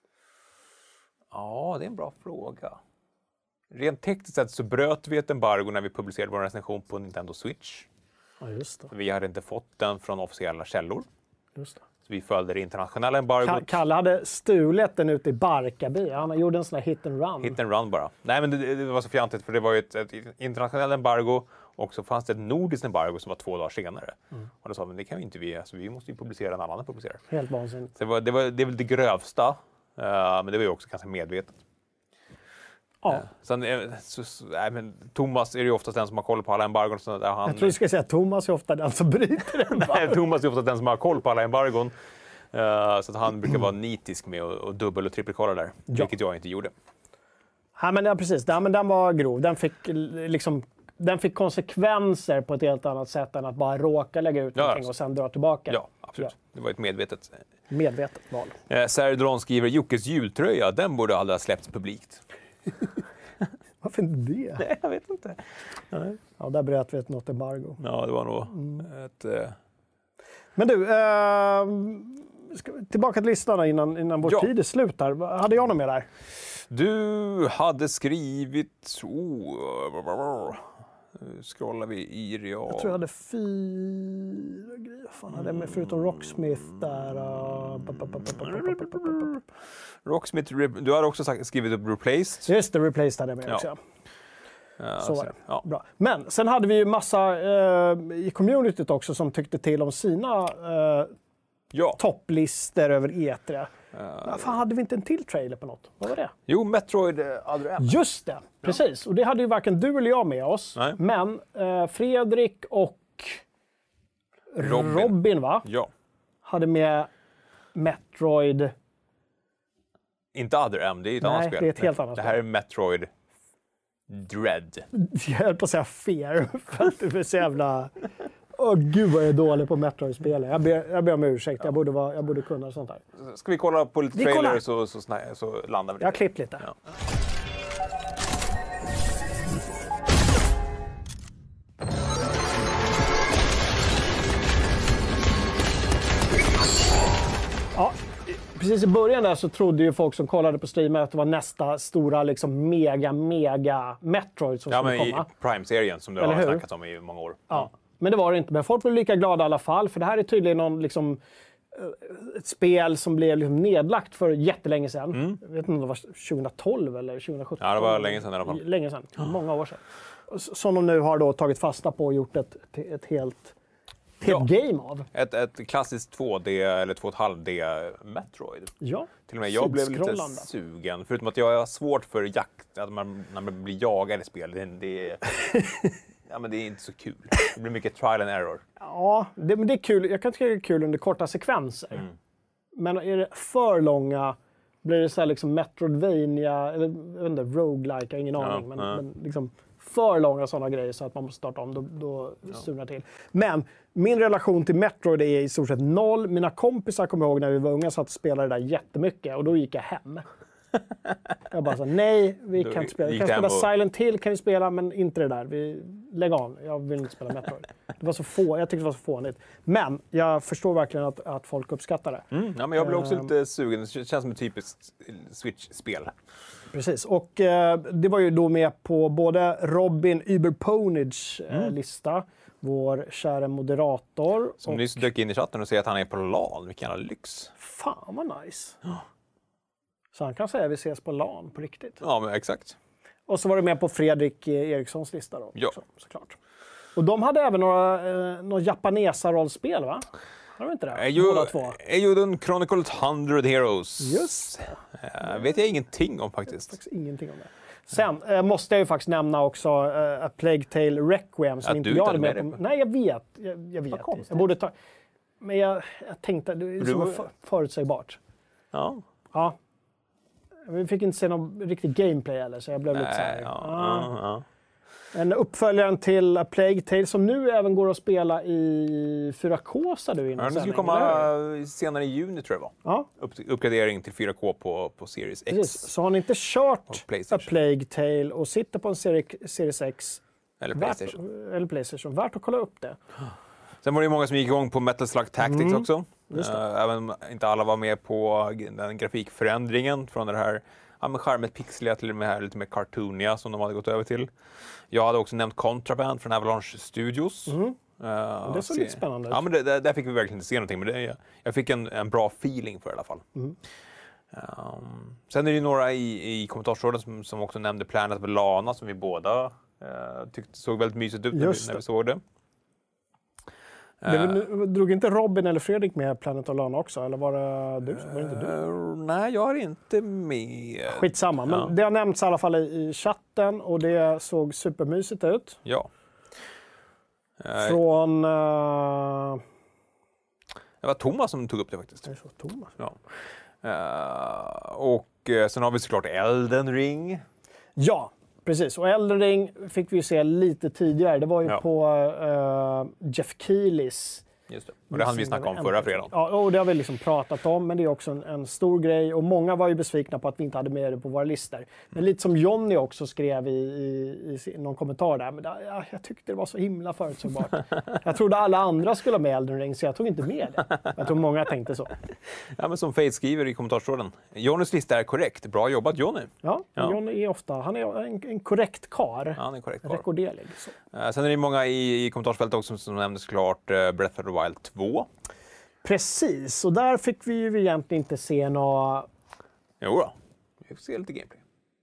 Ja, det är en bra fråga. Rent tekniskt sett så bröt vi ett embargo när vi publicerade vår recension på Nintendo Switch. Ja, just det. Vi hade inte fått den från officiella källor. Just det. Så vi följde det internationella embargot. Kalle hade stulit den ute i Barkarby. Han gjorde en sån här hit and run. Hit and run bara. Nej, men det var så fjantigt för det var ju ett internationellt embargo och så fanns det ett nordiskt embargo som var 2 dagar senare. Och då sa men det kan vi inte vi, alltså vi måste ju publicera när alla andra publicerar. Helt vansinnigt. Så det är väl det grövsta, men det var ju också ganska medvetet. Ja. Sen, Thomas är ju oftast den som har koll på alla embargon. Jag tror du ska säga att Thomas är ofta den som bryter embargon. Nej, Thomas är ofta den som har koll på alla embargon. Så att han brukar vara nitisk med att dubbel- och trippelkolla där. Ja. Vilket jag inte gjorde. Ja, men precis. Men den var grov. Den fick konsekvenser på ett helt annat sätt än att bara råka lägga ut någonting och sen dra tillbaka. Ja, absolut. Ja. Det var ett medvetet val. Serdron skriver, Jockes jultröja, den borde aldrig ha släppts publikt. Varför inte det? Nej, jag vet inte. Nej. Ja, där bröt vi något embargo. Ja, det var nog ett... Men du, tillbaka till listan innan vår tid är slut här. Hade jag något med där? Du hade skrivit... scrollar vi i real... Jag tror jag hade 4 grejer. Fan hade jag med förutom Rocksmith där. Rocksmith, du hade också skrivit upp Replaced. Just det, Replaced hade jag med också. Så var det. Ja. Bra. Men sen hade vi ju massa i communityt också som tyckte till om sina topplistor över E3. Fan, hade vi inte en till trailer på något? Vad var det? Jo, Metroid Other M. Just det, precis. Och det hade ju varken du eller jag med oss. Nej. Men Fredrik och Robin va? Ja. Hade med Metroid... Inte Other M, det är ett annat spel. Det är ett helt annat spel. Det här är Metroid Dread. Jag höll på att säga Fear, för att du är så jävla... Gud vad jag är dålig på Metroid-spel. Jag ber om ursäkt, jag borde kunna sånt här. Ska vi kolla på lite trailer så landar vi lite? Jag har klippt lite. Ja. Ja, precis i början där så trodde ju folk som kollade på streamen att det var nästa stora liksom mega Metroid som skulle komma. I Prime-serien som du har snackat om i många år. Ja, men det var det inte. Men folk blev lika glada i alla fall, för det här är tydligen ett spel som blev liksom nedlagt för jättelänge sedan. Jag vet inte om det var 2012 eller 2017. Ja, det var länge sedan i alla fall. Länge sedan, många år sedan. Som de nu har då tagit fasta på och gjort ett helt game av. Ett klassiskt 2D eller 2,5D Metroid. Ja. Till och med jag blev lite sugen. Förutom att jag har svårt för jakt, att när man blir jagad i spel. Men det är inte så kul. Det blir mycket trial and error. Ja, men det är kul. Jag kan tycka det är kul under korta sekvenser. Men är det för långa blir det så här liksom Metroidvania eller roguelike, jag har ingen aning. Men liksom för långa sådana grejer så att man måste starta om, då surnar till. Men min relation till Metroid är i stort sett 0. Mina kompisar kommer ihåg när vi var unga satt och spelade det där jättemycket och då gick jag hem. Jag bara så, nej, vi kan inte spela. Vi kan spela och... Silent Hill, kan vi spela, men inte det där. Lägg av, jag vill inte spela Metroid. Det var så få, jag tyckte det var så fånigt. Men jag förstår verkligen att folk uppskattar det. Ja, men jag blev också lite sugen. Det känns som ett typiskt Switch-spel. Precis, och det var ju då med på både Robin Überponage lista, vår kära moderator. Som nyss dök in i chatten och säger att han är på LAN. Vilken jävla lyx. Fan vad nice. Så han kan säga att vi ses på LAN på riktigt. Ja, men exakt. Och så var det med på Fredrik Erikssons lista då. Ja. Också, såklart. Och de hade även några japanesa-rollspel, va? Har de inte det? Båda två. Eiyuden Chronicles 100 Heroes. Just det. Vet jag ingenting om faktiskt. Faktiskt ingenting om det. Sen måste jag ju faktiskt nämna också A Plague Tale Requiem som inte jag hade med på. Nej, jag vet. Jag vet. Jag borde ta... Men jag tänkte, det är så förutsägbart. Ja. Ja. Vi fick inte se någon riktig gameplay eller så jag blev lite så här. Ja. En uppföljaren till A Plague Tale som nu även går att spela i 4K, sa du innan. Ja, den skulle komma senare i juni tror jag det var. Ja. Uppgradering till 4K på Series X. Precis. Så har ni inte kört A Plague Tale och sitter på en Series X eller PlayStation, värt att kolla upp det. Sen var det många som gick igång på Metal Slug Tactics också. Även inte alla var med på den grafikförändringen från det här charmet pixliga till det här lite mer cartooniga som de hade gått över till. Jag hade också nämnt Contraband från Avalanche Studios. Det såg lite spännande ut. Ja, men där fick vi verkligen inte se någonting, men jag fick en bra feeling för det i alla fall. Sen är det några i kommentarsråden som också nämnde Planet of Lana som vi båda tyckte såg väldigt mysigt ut när vi såg det. Drog inte Robin eller Fredrik med Planet of Lana också? Eller var det du? Var det inte du? Nej, jag är inte med. Skitsamma, men det har nämnts i alla fall i chatten och det såg supermysigt ut. Ja. Från... Det var Thomas som tog upp det faktiskt. Det är så, Thomas. Ja. Och sen har vi såklart Elden Ring. Ja, precis. Och Elden Ring fick vi se lite tidigare. Det var ju på Jeff Keelys. Just det. Och det hann vi snacka om förra fredagen. Ja, och det har vi liksom pratat om, men det är också en stor grej. Och många var ju besvikna på att vi inte hade med det på våra listor. Men lite som Johnny också skrev i någon kommentar där. Men jag tyckte det var så himla förutsägbart. Jag trodde alla andra skulle ha med Elden Ring, så jag tog inte med det. Jag tror många tänkte så. Ja, men som Faith skriver i kommentarstråden. Jonnys lista är korrekt. Bra jobbat, Johnny. Ja. Johnny är ofta... Han är en korrekt kar. Ja, han är en korrekt kar. Rekorderlig. Sen är det många i kommentarsfältet också som nämnde såklart Breath of the Wild 2. Precis, och där fick vi ju egentligen inte se några... Jo då, vi får se lite gameplay.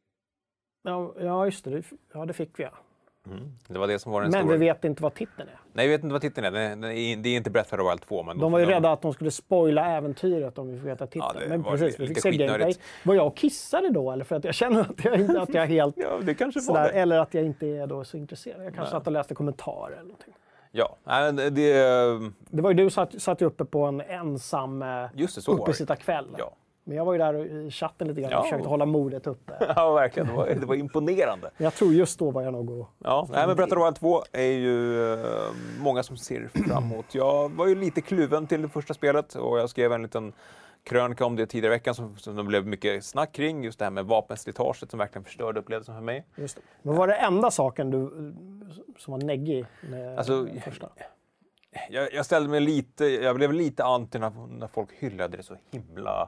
Ja, just det. Ja, det fick vi. Det var det som var den men stora... vi vet inte vad titeln är. Nej, vi vet inte vad titeln är. Det är inte Breath of the Wild 2. Men de var ju rädda att de skulle spoila äventyret om vi fick veta titeln. Ja, men precis, vi fick se gameplay. Var jag kissade då? Eller för att jag känner att jag är helt... Ja, det kanske sådär, var det. Eller att jag inte är då så intresserad. Jag kanske satt och läste kommentarer eller någonting. Ja, det var ju du satt uppe på en ensam uppesittarkväll. Ja. Men jag var ju där i chatten lite grann och försökte hålla modet uppe. Ja, verkligen. Det var imponerande. Jag tror just då var jag nog... Ja, men Breath of the Wild 2 är ju många som ser fram emot. Jag var ju lite kluven till det första spelet och jag skrev en liten krönika om det tidigare i veckan som det blev mycket snack kring. Just det här med vapenslitaget som verkligen förstörde upplevelsen för mig. Just det. Men var det enda saken som var neggig med den första? Jag ställde mig lite... Jag blev lite anti när folk hyllade det så himla...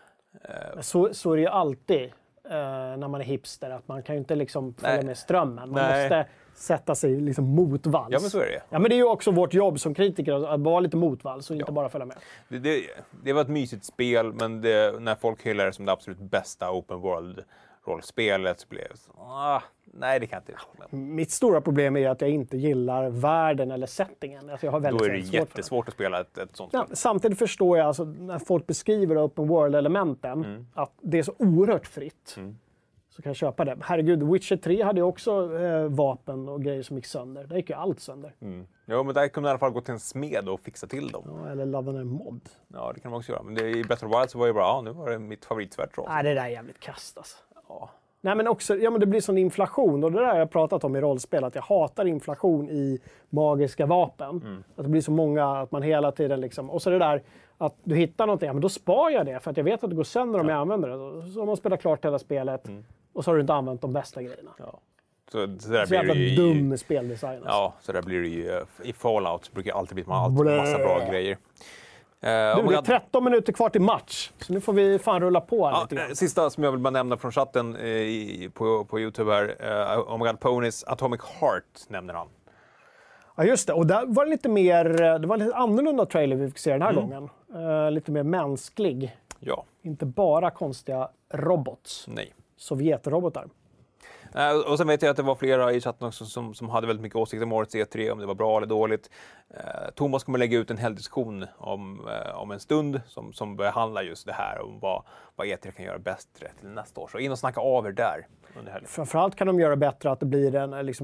Så är det ju alltid när man är hipster, att man kan ju inte liksom följa med strömmen. Man måste sätta sig liksom motvalls. Ja, men så är det. Ja, men det är ju också vårt jobb som kritiker att vara lite motvalls och inte bara följa med. Det var ett mysigt spel, men när folk hyllar det som det absolut bästa open world-rollspelet så blev det nej, det kan jag inte. Mitt stora problem är att jag inte gillar världen eller settingen. Alltså jag har väldigt då är det jättesvårt att spela ett sånt spel. Samtidigt förstår jag, alltså, när folk beskriver open world-elementen, att det är så oerhört fritt. Så kan jag köpa det. Herregud, Witcher 3 hade ju också vapen och grejer som gick sönder. Det gick ju allt sönder. Ja, men där kunde i alla fall gå till en smed och fixa till dem. Ja, eller ladda ner en mod. Ja, det kan man också göra. Men i Breath of the Wild så var det bra. Nu var det mitt favoritsvärd. Nej, det där är jävligt kast alltså. Ja. Nej, men också, ja, men det blir sån inflation. Och det där har jag pratat om i rollspel. Att jag hatar inflation i magiska vapen. Att det blir så många, att man hela tiden liksom... Och så det där att du hittar någonting, ja, men då sparar jag det. För att jag vet att det går sönder om jag använder det. Så har man spelat klart hela spelet. Och så har du inte använt de bästa grejerna. Ja. Så där så jävla dum speldesign. Alltså. Ja, så där blir det ju... I Fallout brukar det alltid bli massa bra grejer. Det är 13 minuter kvar till match, så nu får vi fan rulla på lite grann. Sista som jag vill bara nämna från chatten på YouTube här. Oh my God Ponies, Atomic Heart nämner han. Ja, just det. Och där var det lite mer... Det var lite annorlunda trailer vi fick se den här gången. Lite mer mänsklig. Ja. Inte bara konstiga robots. Nej. Sovjetrobotar. Och sen vet jag att det var flera i chatten också som hade väldigt mycket åsikter om årets E3, om det var bra eller dåligt. Thomas kommer lägga ut en hel diskussion om en stund som behandlar just det här, om vad E3 kan göra bättre till nästa år. Så in och snacka av er där under helgen. Framförallt kan de göra bättre att det blir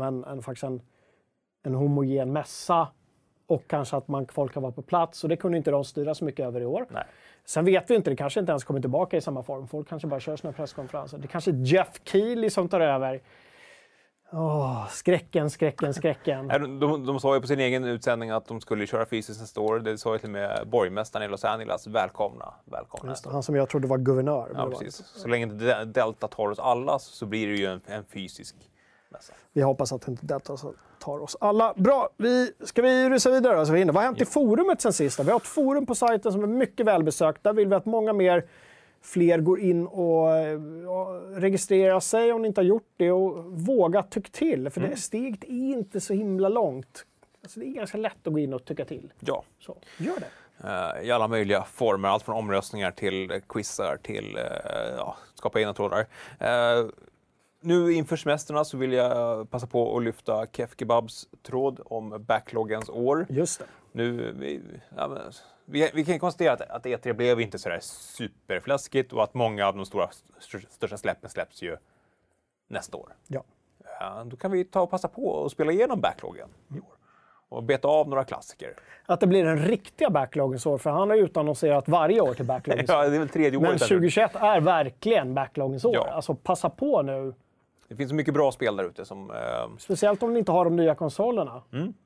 en homogen mässa och kanske att folk kan vara på plats. Och det kunde inte de styra så mycket över i år. Nej. Sen vet vi inte, det kanske inte ens kommer tillbaka i samma form. Folk kanske bara kör sina presskonferenser. Det kanske är Jeff Keely som tar över. Skräcken. De sa ju på sin egen utsändning att de skulle köra fysiskt nästa år. Det sa ju till och med borgmästaren i Los Angeles. Välkomna. Just det, han som jag trodde var guvernör. Ja, precis. Så länge Delta tar oss alla så blir det ju en fysisk mässa. Vi hoppas att inte Delta tar oss alla. Bra, ska vi rusa vidare då? Så vad har hänt i forumet sen sist? Vi har ett forum på sajten som är mycket välbesökt. Där vill vi att många fler går in och registrerar sig om ni inte har gjort det och våga tycka till. För det steget är inte så himla långt. Alltså det är ganska lätt att gå in och tycka till. Ja. Så, gör det. I alla möjliga former. Allt från omröstningar till quizar till skapa egna trådar. Nu inför semesterna så vill jag passa på att lyfta Kef Kebabs tråd om backloggens år. Just det. Nu, vi kan konstatera att E3 blev inte så där superfläskigt och att många av de största släppen släpps ju nästa år. Ja. Då kan vi ta och passa på och spela igenom backloggen i år. Och beta av några klassiker. Att det blir en riktiga backloggens år, för han har ju utannonserat varje år till backloggens år. Ja, det är väl tredje året. Men 2021 är verkligen backloggens år. Ja. Alltså passa på nu. Det finns så mycket bra spel där ute som... Speciellt om ni inte har de nya konsolerna.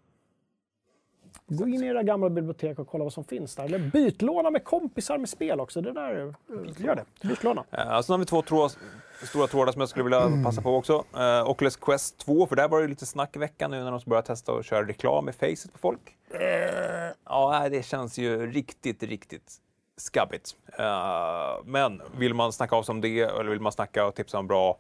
Gå in i era gamla bibliotek och kolla vad som finns där. Eller bytlåna med kompisar med spel också. Det där, gör det. Bytlåna. Så har vi två stora trådar som jag skulle vilja passa på också. Oculus Quest 2, för där var det lite snack i veckan nu när de började testa och köra reklam med Faceit på folk. Ja, det känns ju riktigt skabbigt. Men vill man snacka av som det, eller vill man snacka och tipsa om bra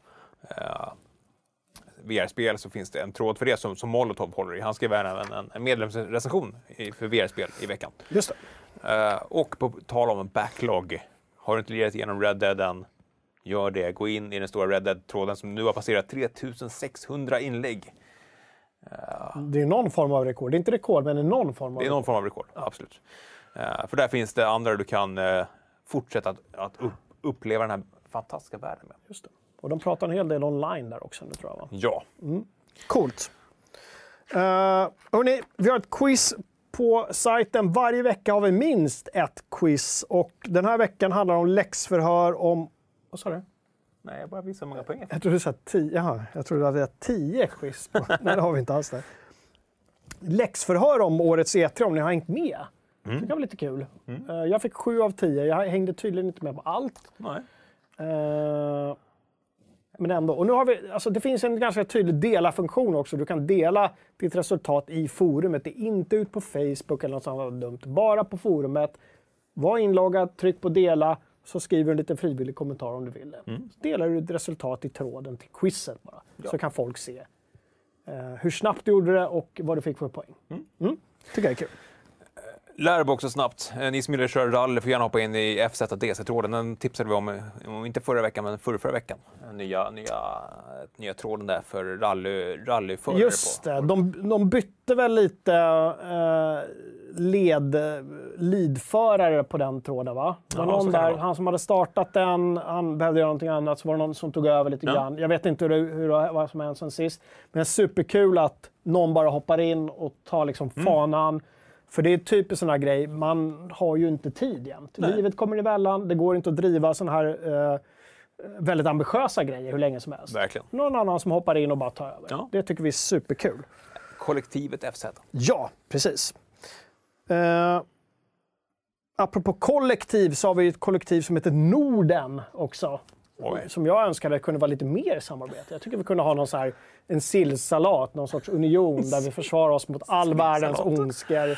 VR-spel, så finns det en tråd för det som Molotov håller i. Han skrev även en medlemsrecension för VR-spel i veckan. Just det. Och på tal om en backlog, har du inte lirat igenom Red Dead än, gör det. Gå in i den stora Red Dead-tråden som nu har passerat 3600 inlägg. Det är någon form av rekord. Det är inte rekord, men det är någon form av rekord. Det är någon form av rekord, absolut. För där finns det andra du kan fortsätta att uppleva den här fantastiska världen med. Just det. Och de pratar en hel del online där också nu, tror jag, va? Ja. Coolt. Hörrni, vi har ett quiz på sajten. Varje vecka har vi minst ett quiz. Och den här veckan handlar om läxförhör om... Vad sa du? Nej, jag bara visar många poäng. Jag trodde du sa 10. Jaha, jag trodde att vi har 10 quiz på. Nej, det har vi inte alls där. Läxförhör om årets E3, om ni har hängt med. Det kan vara lite kul. Jag fick 7 av 10. Jag hängde tydligen inte med på allt. Nej. Men ändå. Och nu har vi, alltså det finns en ganska tydlig dela-funktion också. Du kan dela ditt resultat i forumet. Det är inte ut på Facebook eller något sånt dumt. Bara på forumet. Var inloggad, tryck på dela, så skriver du en liten frivillig kommentar om du vill. Så delar du ditt resultat i tråden till quizet bara. Ja. Så kan folk se hur snabbt du gjorde det och vad du fick för poäng. Tycker jag är kul. Lär också snabbt. Ni som vill köra rally får gärna hoppa in i FZDC-tråden. Den tipsade vi om inte förra veckan, men förra veckan. Nya tråden där för rallyförare. Just det. De bytte väl lite leadförare på den tråden, va? Det var någon där, han som hade startat den, han behövde göra någonting annat, så var det någon som tog över lite grann. Jag vet inte vad som hände sen sist. Men superkul att någon bara hoppar in och tar liksom fanan. För det är typiskt sån här grej, man har ju inte tid jämt. Livet kommer emellan, det går inte att driva sån här väldigt ambitiösa grejer hur länge som helst. Verkligen. Någon annan som hoppar in och bara tar över. Ja. Det tycker vi är superkul. Kollektivet FZ. Ja, precis. Apropå kollektiv så har vi ett kollektiv som heter Norden också. Oj. Som jag önskade kunde vara lite mer samarbete. Jag tycker vi kunde ha någon så här, en sillsalat, någon sorts union där vi försvarar oss mot all världens ondskor.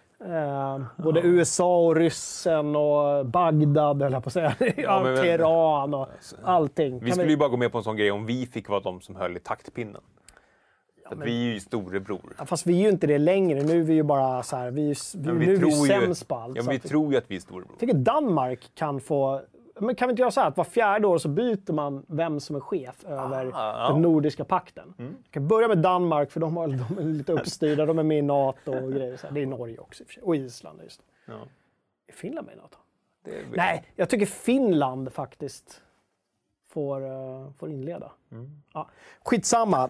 Både USA och Ryssen och Bagdad, eller på att säga. Teheran och allting. Vi skulle ju bara gå med på en sån grej om vi fick vara de som höll i taktpinnen. Att vi är ju storebror. Ja, fast vi är ju inte det längre. Nu är vi ju bara så här, vi är ju sämst på allt. Ja, men vi tror ju att vi är storebror. Jag tycker Danmark kan få... Men kan vi inte göra så här att var 4:e år så byter man vem som är chef över den nordiska pakten? Vi kan börja med Danmark, för de är lite uppstyrda. De är med i NATO och grejer. Så här. Det är Norge också i och för sig. Och Island, just det. Ja. Är Finland med i NATO? Nej, jag tycker Finland faktiskt får inleda. Ja. Skitsamma.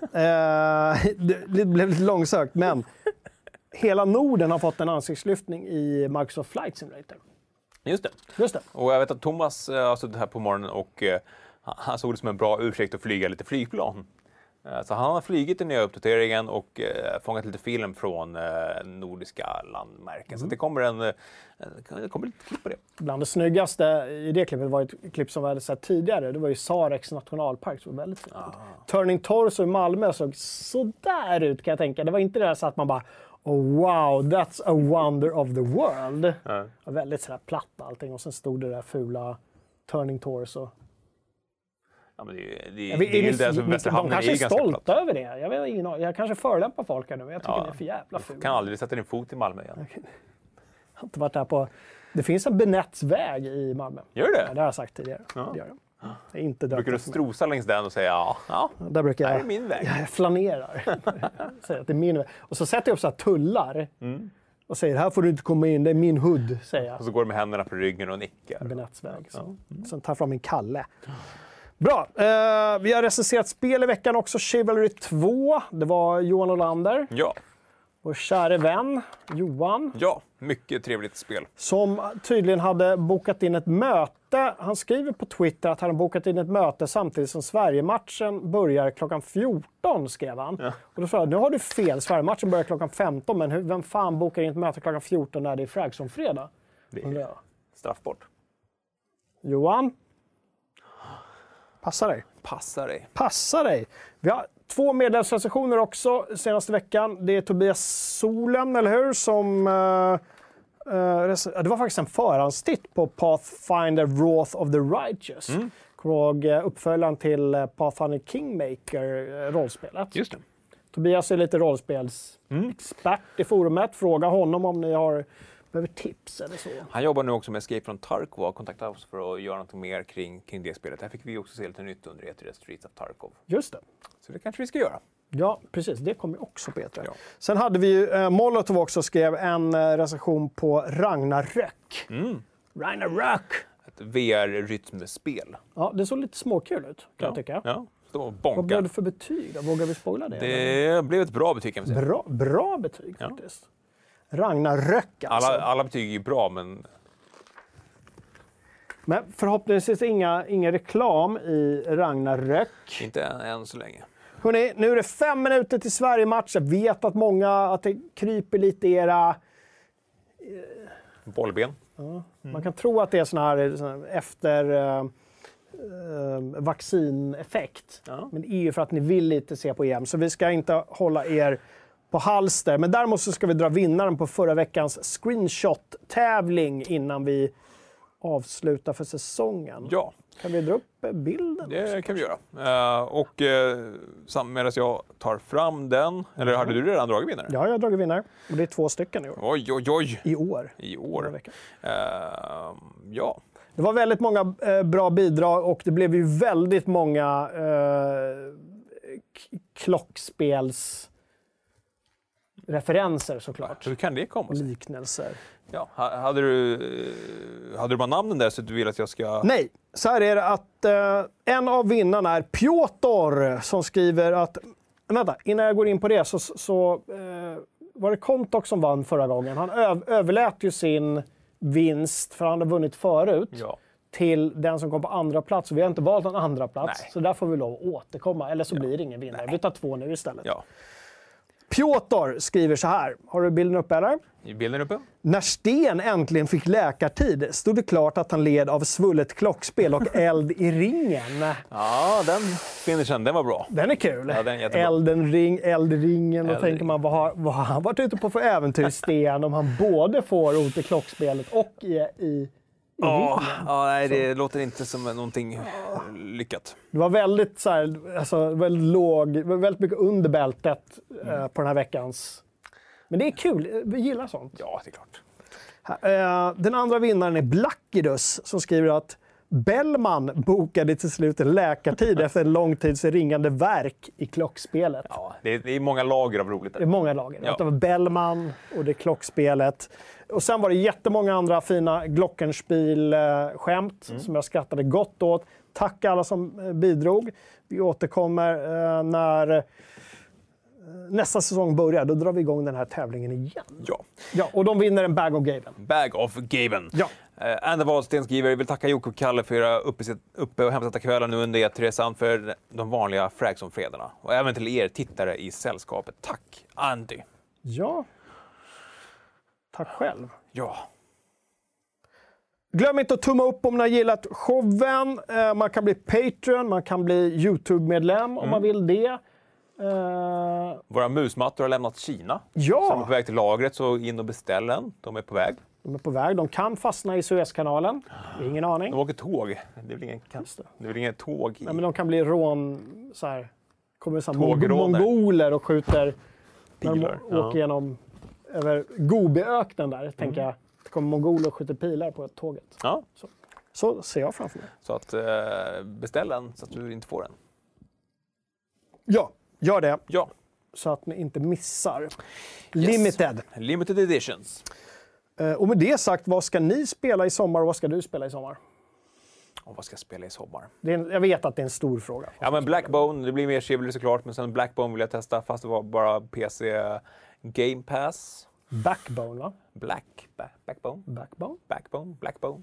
Det blev lite långsökt, men hela Norden har fått en ansiktslyftning i Microsoft Flight Simulator. Just det. Och jag vet att Thomas har suttit här på morgonen och han såg det som en bra ursäkt att flyga lite flygplan. Så han har flygit den nya uppdateringen och fångat lite film från nordiska landmärken. Så det kommer lite klipp på det. Bland det snyggaste i det klippet var ett klipp som vi hade sett tidigare. Det var ju Sareks nationalpark som var väldigt fint. Turning Torso i Malmö såg så där ut, kan jag tänka. Det var inte det där så att man bara oh wow, that's a wonder of the world. Det var väldigt sådär platt allting. Och sen stod det där fula Turning Torso. Ja, men det är inte ens Västerhamnen. De kanske är stolta över det. Jag vet ingen, jag kanske förolämpar folk här nu, men jag tycker det är för jävla fult. Du kan aldrig sätta din fot i Malmö igen. Jag har inte varit där på... Det finns en Benettsväg i Malmö. Gör det? Ja, det har jag sagt tidigare. Ja. Det gör det. Jag är inte brukar du strosa längs den och säga där brukar det här är min väg. Jag flanerar. Säger att det är min väg. Och så sätter jag upp så här tullar. Och säger, här får du inte komma in, det är min hood, säger jag. Och så går du med händerna på ryggen och nickar. Benettsväg. Sen tar jag fram min Kalle. Bra. Vi har recenserat spel i veckan också. Chivalry 2. Det var Johan Olander. Ja. Vår käre vän Johan. Ja, mycket trevligt spel. Som tydligen hade bokat in ett möte. Han skriver på Twitter att han har bokat in ett möte samtidigt som Sverige-matchen börjar klockan 14, skrev han. Ja. Och då sa jag, nu har du fel. Sverige-matchen börjar klockan 15, men vem fan bokar in ett möte klockan 14 när det är Fragson-fredag? Det är straffbart. Johan? Passa dig. Vi har 2 medlemsrecensioner också senaste veckan. Det är Tobias Solen, eller hur? Som... det var faktiskt en förhandstitt på Pathfinder Wrath of the Righteous. Kommer ihåg uppföljaren till Pathfinder Kingmaker-rollspelet. Just det. Tobias är lite rollspelsexpert i forumet. Fråga honom om ni behöver tips eller så. Han jobbar nu också med Escape from Tarkov och kontaktade oss för att göra något mer kring det spelet. Här fick vi också se lite nytt under E3 Streets of Tarkov. Just det. Så det kanske vi ska göra. Ja, precis. Det kommer också på E3. Ja. Sen hade vi ju Molotov också skrev en recension på Ragnarök. Ragnarök! Ett VR-rytmspel. Ja, det såg lite småkul ut, kan jag tycka. Ja, stå och bonka. Vad blev det för betyg då? Vågar vi spoila det? Det blev ett bra betyg, kan vi säga. Bra betyg faktiskt. Ragnarök alltså. Alla betyg är ju bra, men förhoppningsvis ingen reklam i Ragnarök. Inte än så länge. Hörrni, nu är det 5 minuter till Sverige-match. Jag vet att det kryper lite i era... Bollben. Ja. Man kan tro att det är sån här efter vaccineffekt. Ja. Men det är ju för att ni vill lite se på EM. Så vi ska inte hålla er på halster. Men däremot så ska vi dra vinnaren på förra veckans screenshot-tävling innan vi avslutar för säsongen. Ja. Kan vi dra upp bilden? Det kan vi göra. Medan jag tar fram den, eller hade du redan dragit vinnare? Ja, jag har dragit vinnare. Och det är 2 stycken i år. Oj. I år. Ja. Det var väldigt många bra bidrag och det blev ju väldigt många klockspelsreferenser såklart. Hur kan det komma sig? Liknelser. Ja, hade du bara namnen där så att du vill att jag ska... Nej, så här är det att en av vinnarna är Piotr som skriver att... Vänta, innan jag går in på det så var det Kontok som vann förra gången. Han överlät ju sin vinst, för han hade vunnit förut, till den som kom på andra plats. Vi har inte valt någon andra plats, Nej. så där får vi lov att återkomma. Eller så blir det ingen vinnare. Nej. Vi tar 2 nu istället. Ja. Piotr skriver så här. Har du bilden uppe eller? Är bilden uppe? När Sten äntligen fick läkartid stod det klart att han led av svullet klockspel och eld i ringen. Ja, den finishen, den var bra. Den är kul. Ja, den är jättebra. Eld i ringen. Då tänker man, vad har han varit ute på för äventyr, Sten, om han både får ont i klockspelet och i ringen? Nej, det låter inte som någonting lyckat. Det var väldigt, så här, alltså, väldigt mycket under bältet på den här veckans. Men det är kul, vi gillar sånt. Ja, det är klart. Den andra vinnaren är Blackidus som skriver att Bellman bokade till slut en läkartid efter en lång tids ringande värk i klockspelet. Ja, det är många lager av roligt där. Det är många lager. Ja. Det var Bellman och det klockspelet. Och sen var det jättemånga andra fina Glockenspiel-skämt som jag skrattade gott åt. Tack alla som bidrog. Vi återkommer när nästa säsong börjar. Då drar vi igång den här tävlingen igen. Ja, och de vinner en Bag of Gaben. Bag of Gaben. Ja. Anna Wahlsten skriver, vill tacka Jocke och Kalle för era uppe och hemsatta kvällar nu under E3 samt för de vanliga Fragzone-fredagarna. Och även till er tittare i sällskapet. Tack, Andy. Ja. Tack själv. Ja. Glöm inte att tumma upp om ni har gillat showen. Man kan bli Patreon, man kan bli YouTube-medlem om man vill det. Våra musmattor har lämnat Kina. Ja. Så de är på väg till lagret, så in och beställ en. De är på väg. De är på väg. De kan fastna i Suezkanalen. Ingen aning. De åker tåg. Det är väl ingen tåg i... Nej, men de kan bli så här, kommer så här Tågråner. mongoler och skjuter Pilar. När de åker genom över Gobiöknen där. Tänker jag. Det kommer mongoler och skjuter pilar på tåget. Ja. Så ser jag framför mig. Så att beställ en så att du inte får den. Ja, gör det. Ja. Så att ni inte missar. Limited. Limited editions. Och med det sagt, vad ska ni spela i sommar och vad ska du spela i sommar? Och vad ska jag spela i sommar? Jag vet att det är en stor fråga. Ja, men Blackbone, det blir mer Chivalry såklart, men sen Blackbone vill jag testa fast det var bara PC Game Pass. Backbone, va? Backbone.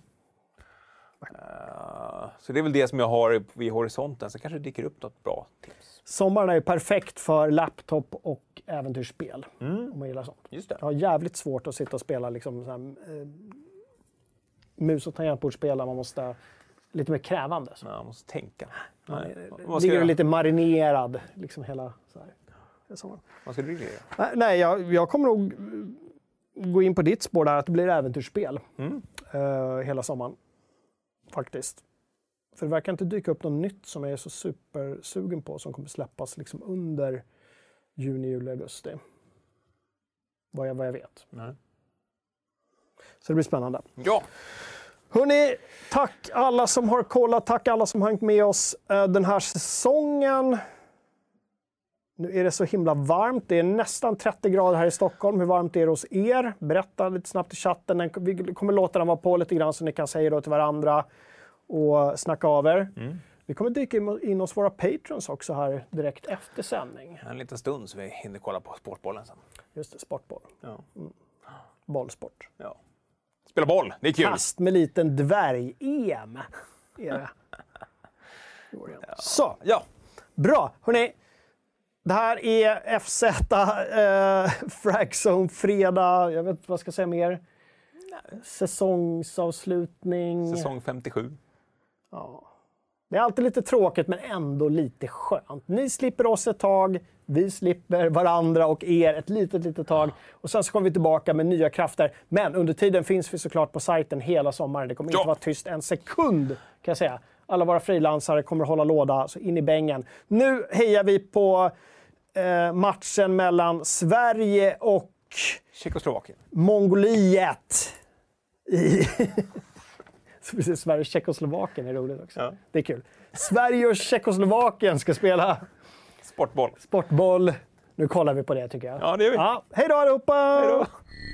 Så det är väl det som jag har vid horisonten, så kanske det dyker upp något bra tips. Sommaren är ju perfekt för laptop och äventyrsspel, om man gillar sånt. Just det. Jag har jävligt svårt att sitta och spela liksom, så här, mus- och tangentbordsspel där man måste lite mer krävande. Så. Ja, man måste tänka. Ligger lite marinerad liksom hela så här. Sommaren. Vad ska du göra? Nej, jag kommer nog gå in på ditt spår där att det blir äventyrsspel hela sommaren. Faktiskt. För det verkar inte dyka upp något nytt som jag är så supersugen på som kommer släppas liksom under juni, juli, augusti. Vad jag vet. Nej. Så det blir spännande. Ja. Hörrni, tack alla som har kollat, tack alla som har hängt med oss den här säsongen. Nu är det så himla varmt. Det är nästan 30 grader här i Stockholm. Hur varmt är det hos er? Berätta lite snabbt i chatten. Vi kommer låta den vara på lite grann så ni kan säga då till varandra och snacka av er. Vi kommer dyka in hos våra patrons också här direkt efter sändning. En liten stund så vi hinner kolla på Sportbollen sen. Just det, sportboll. Ja. Bollsport. Ja. Spela boll, det är kul. Kast med liten dvärg-EM är det. Så, Ja. bra. Hörrni, det här är FZ Fragzone fredag. Jag vet inte vad jag ska säga mer. Säsongsavslutning. Säsong 57. Ja. Det är alltid lite tråkigt men ändå lite skönt. Ni slipper oss ett tag, vi slipper varandra och er ett litet tag. Och sen så kommer vi tillbaka med nya krafter. Men under tiden finns vi såklart på sajten hela sommaren. Det kommer inte vara tyst en sekund kan jag säga. Alla våra frilansare kommer hålla låda, så in i bängen. Nu hejar vi på matchen mellan Sverige och Tjeckoslovakien. Mongoliet. Sverige och Tjeckoslovakien är roligt också. Ja. Det är kul. Sverige och Tjeckoslovakien ska spela Sportboll. sportboll. Nu kollar vi på det tycker jag. Ja, det gör vi. Ja, hej då allihopa! Hej då.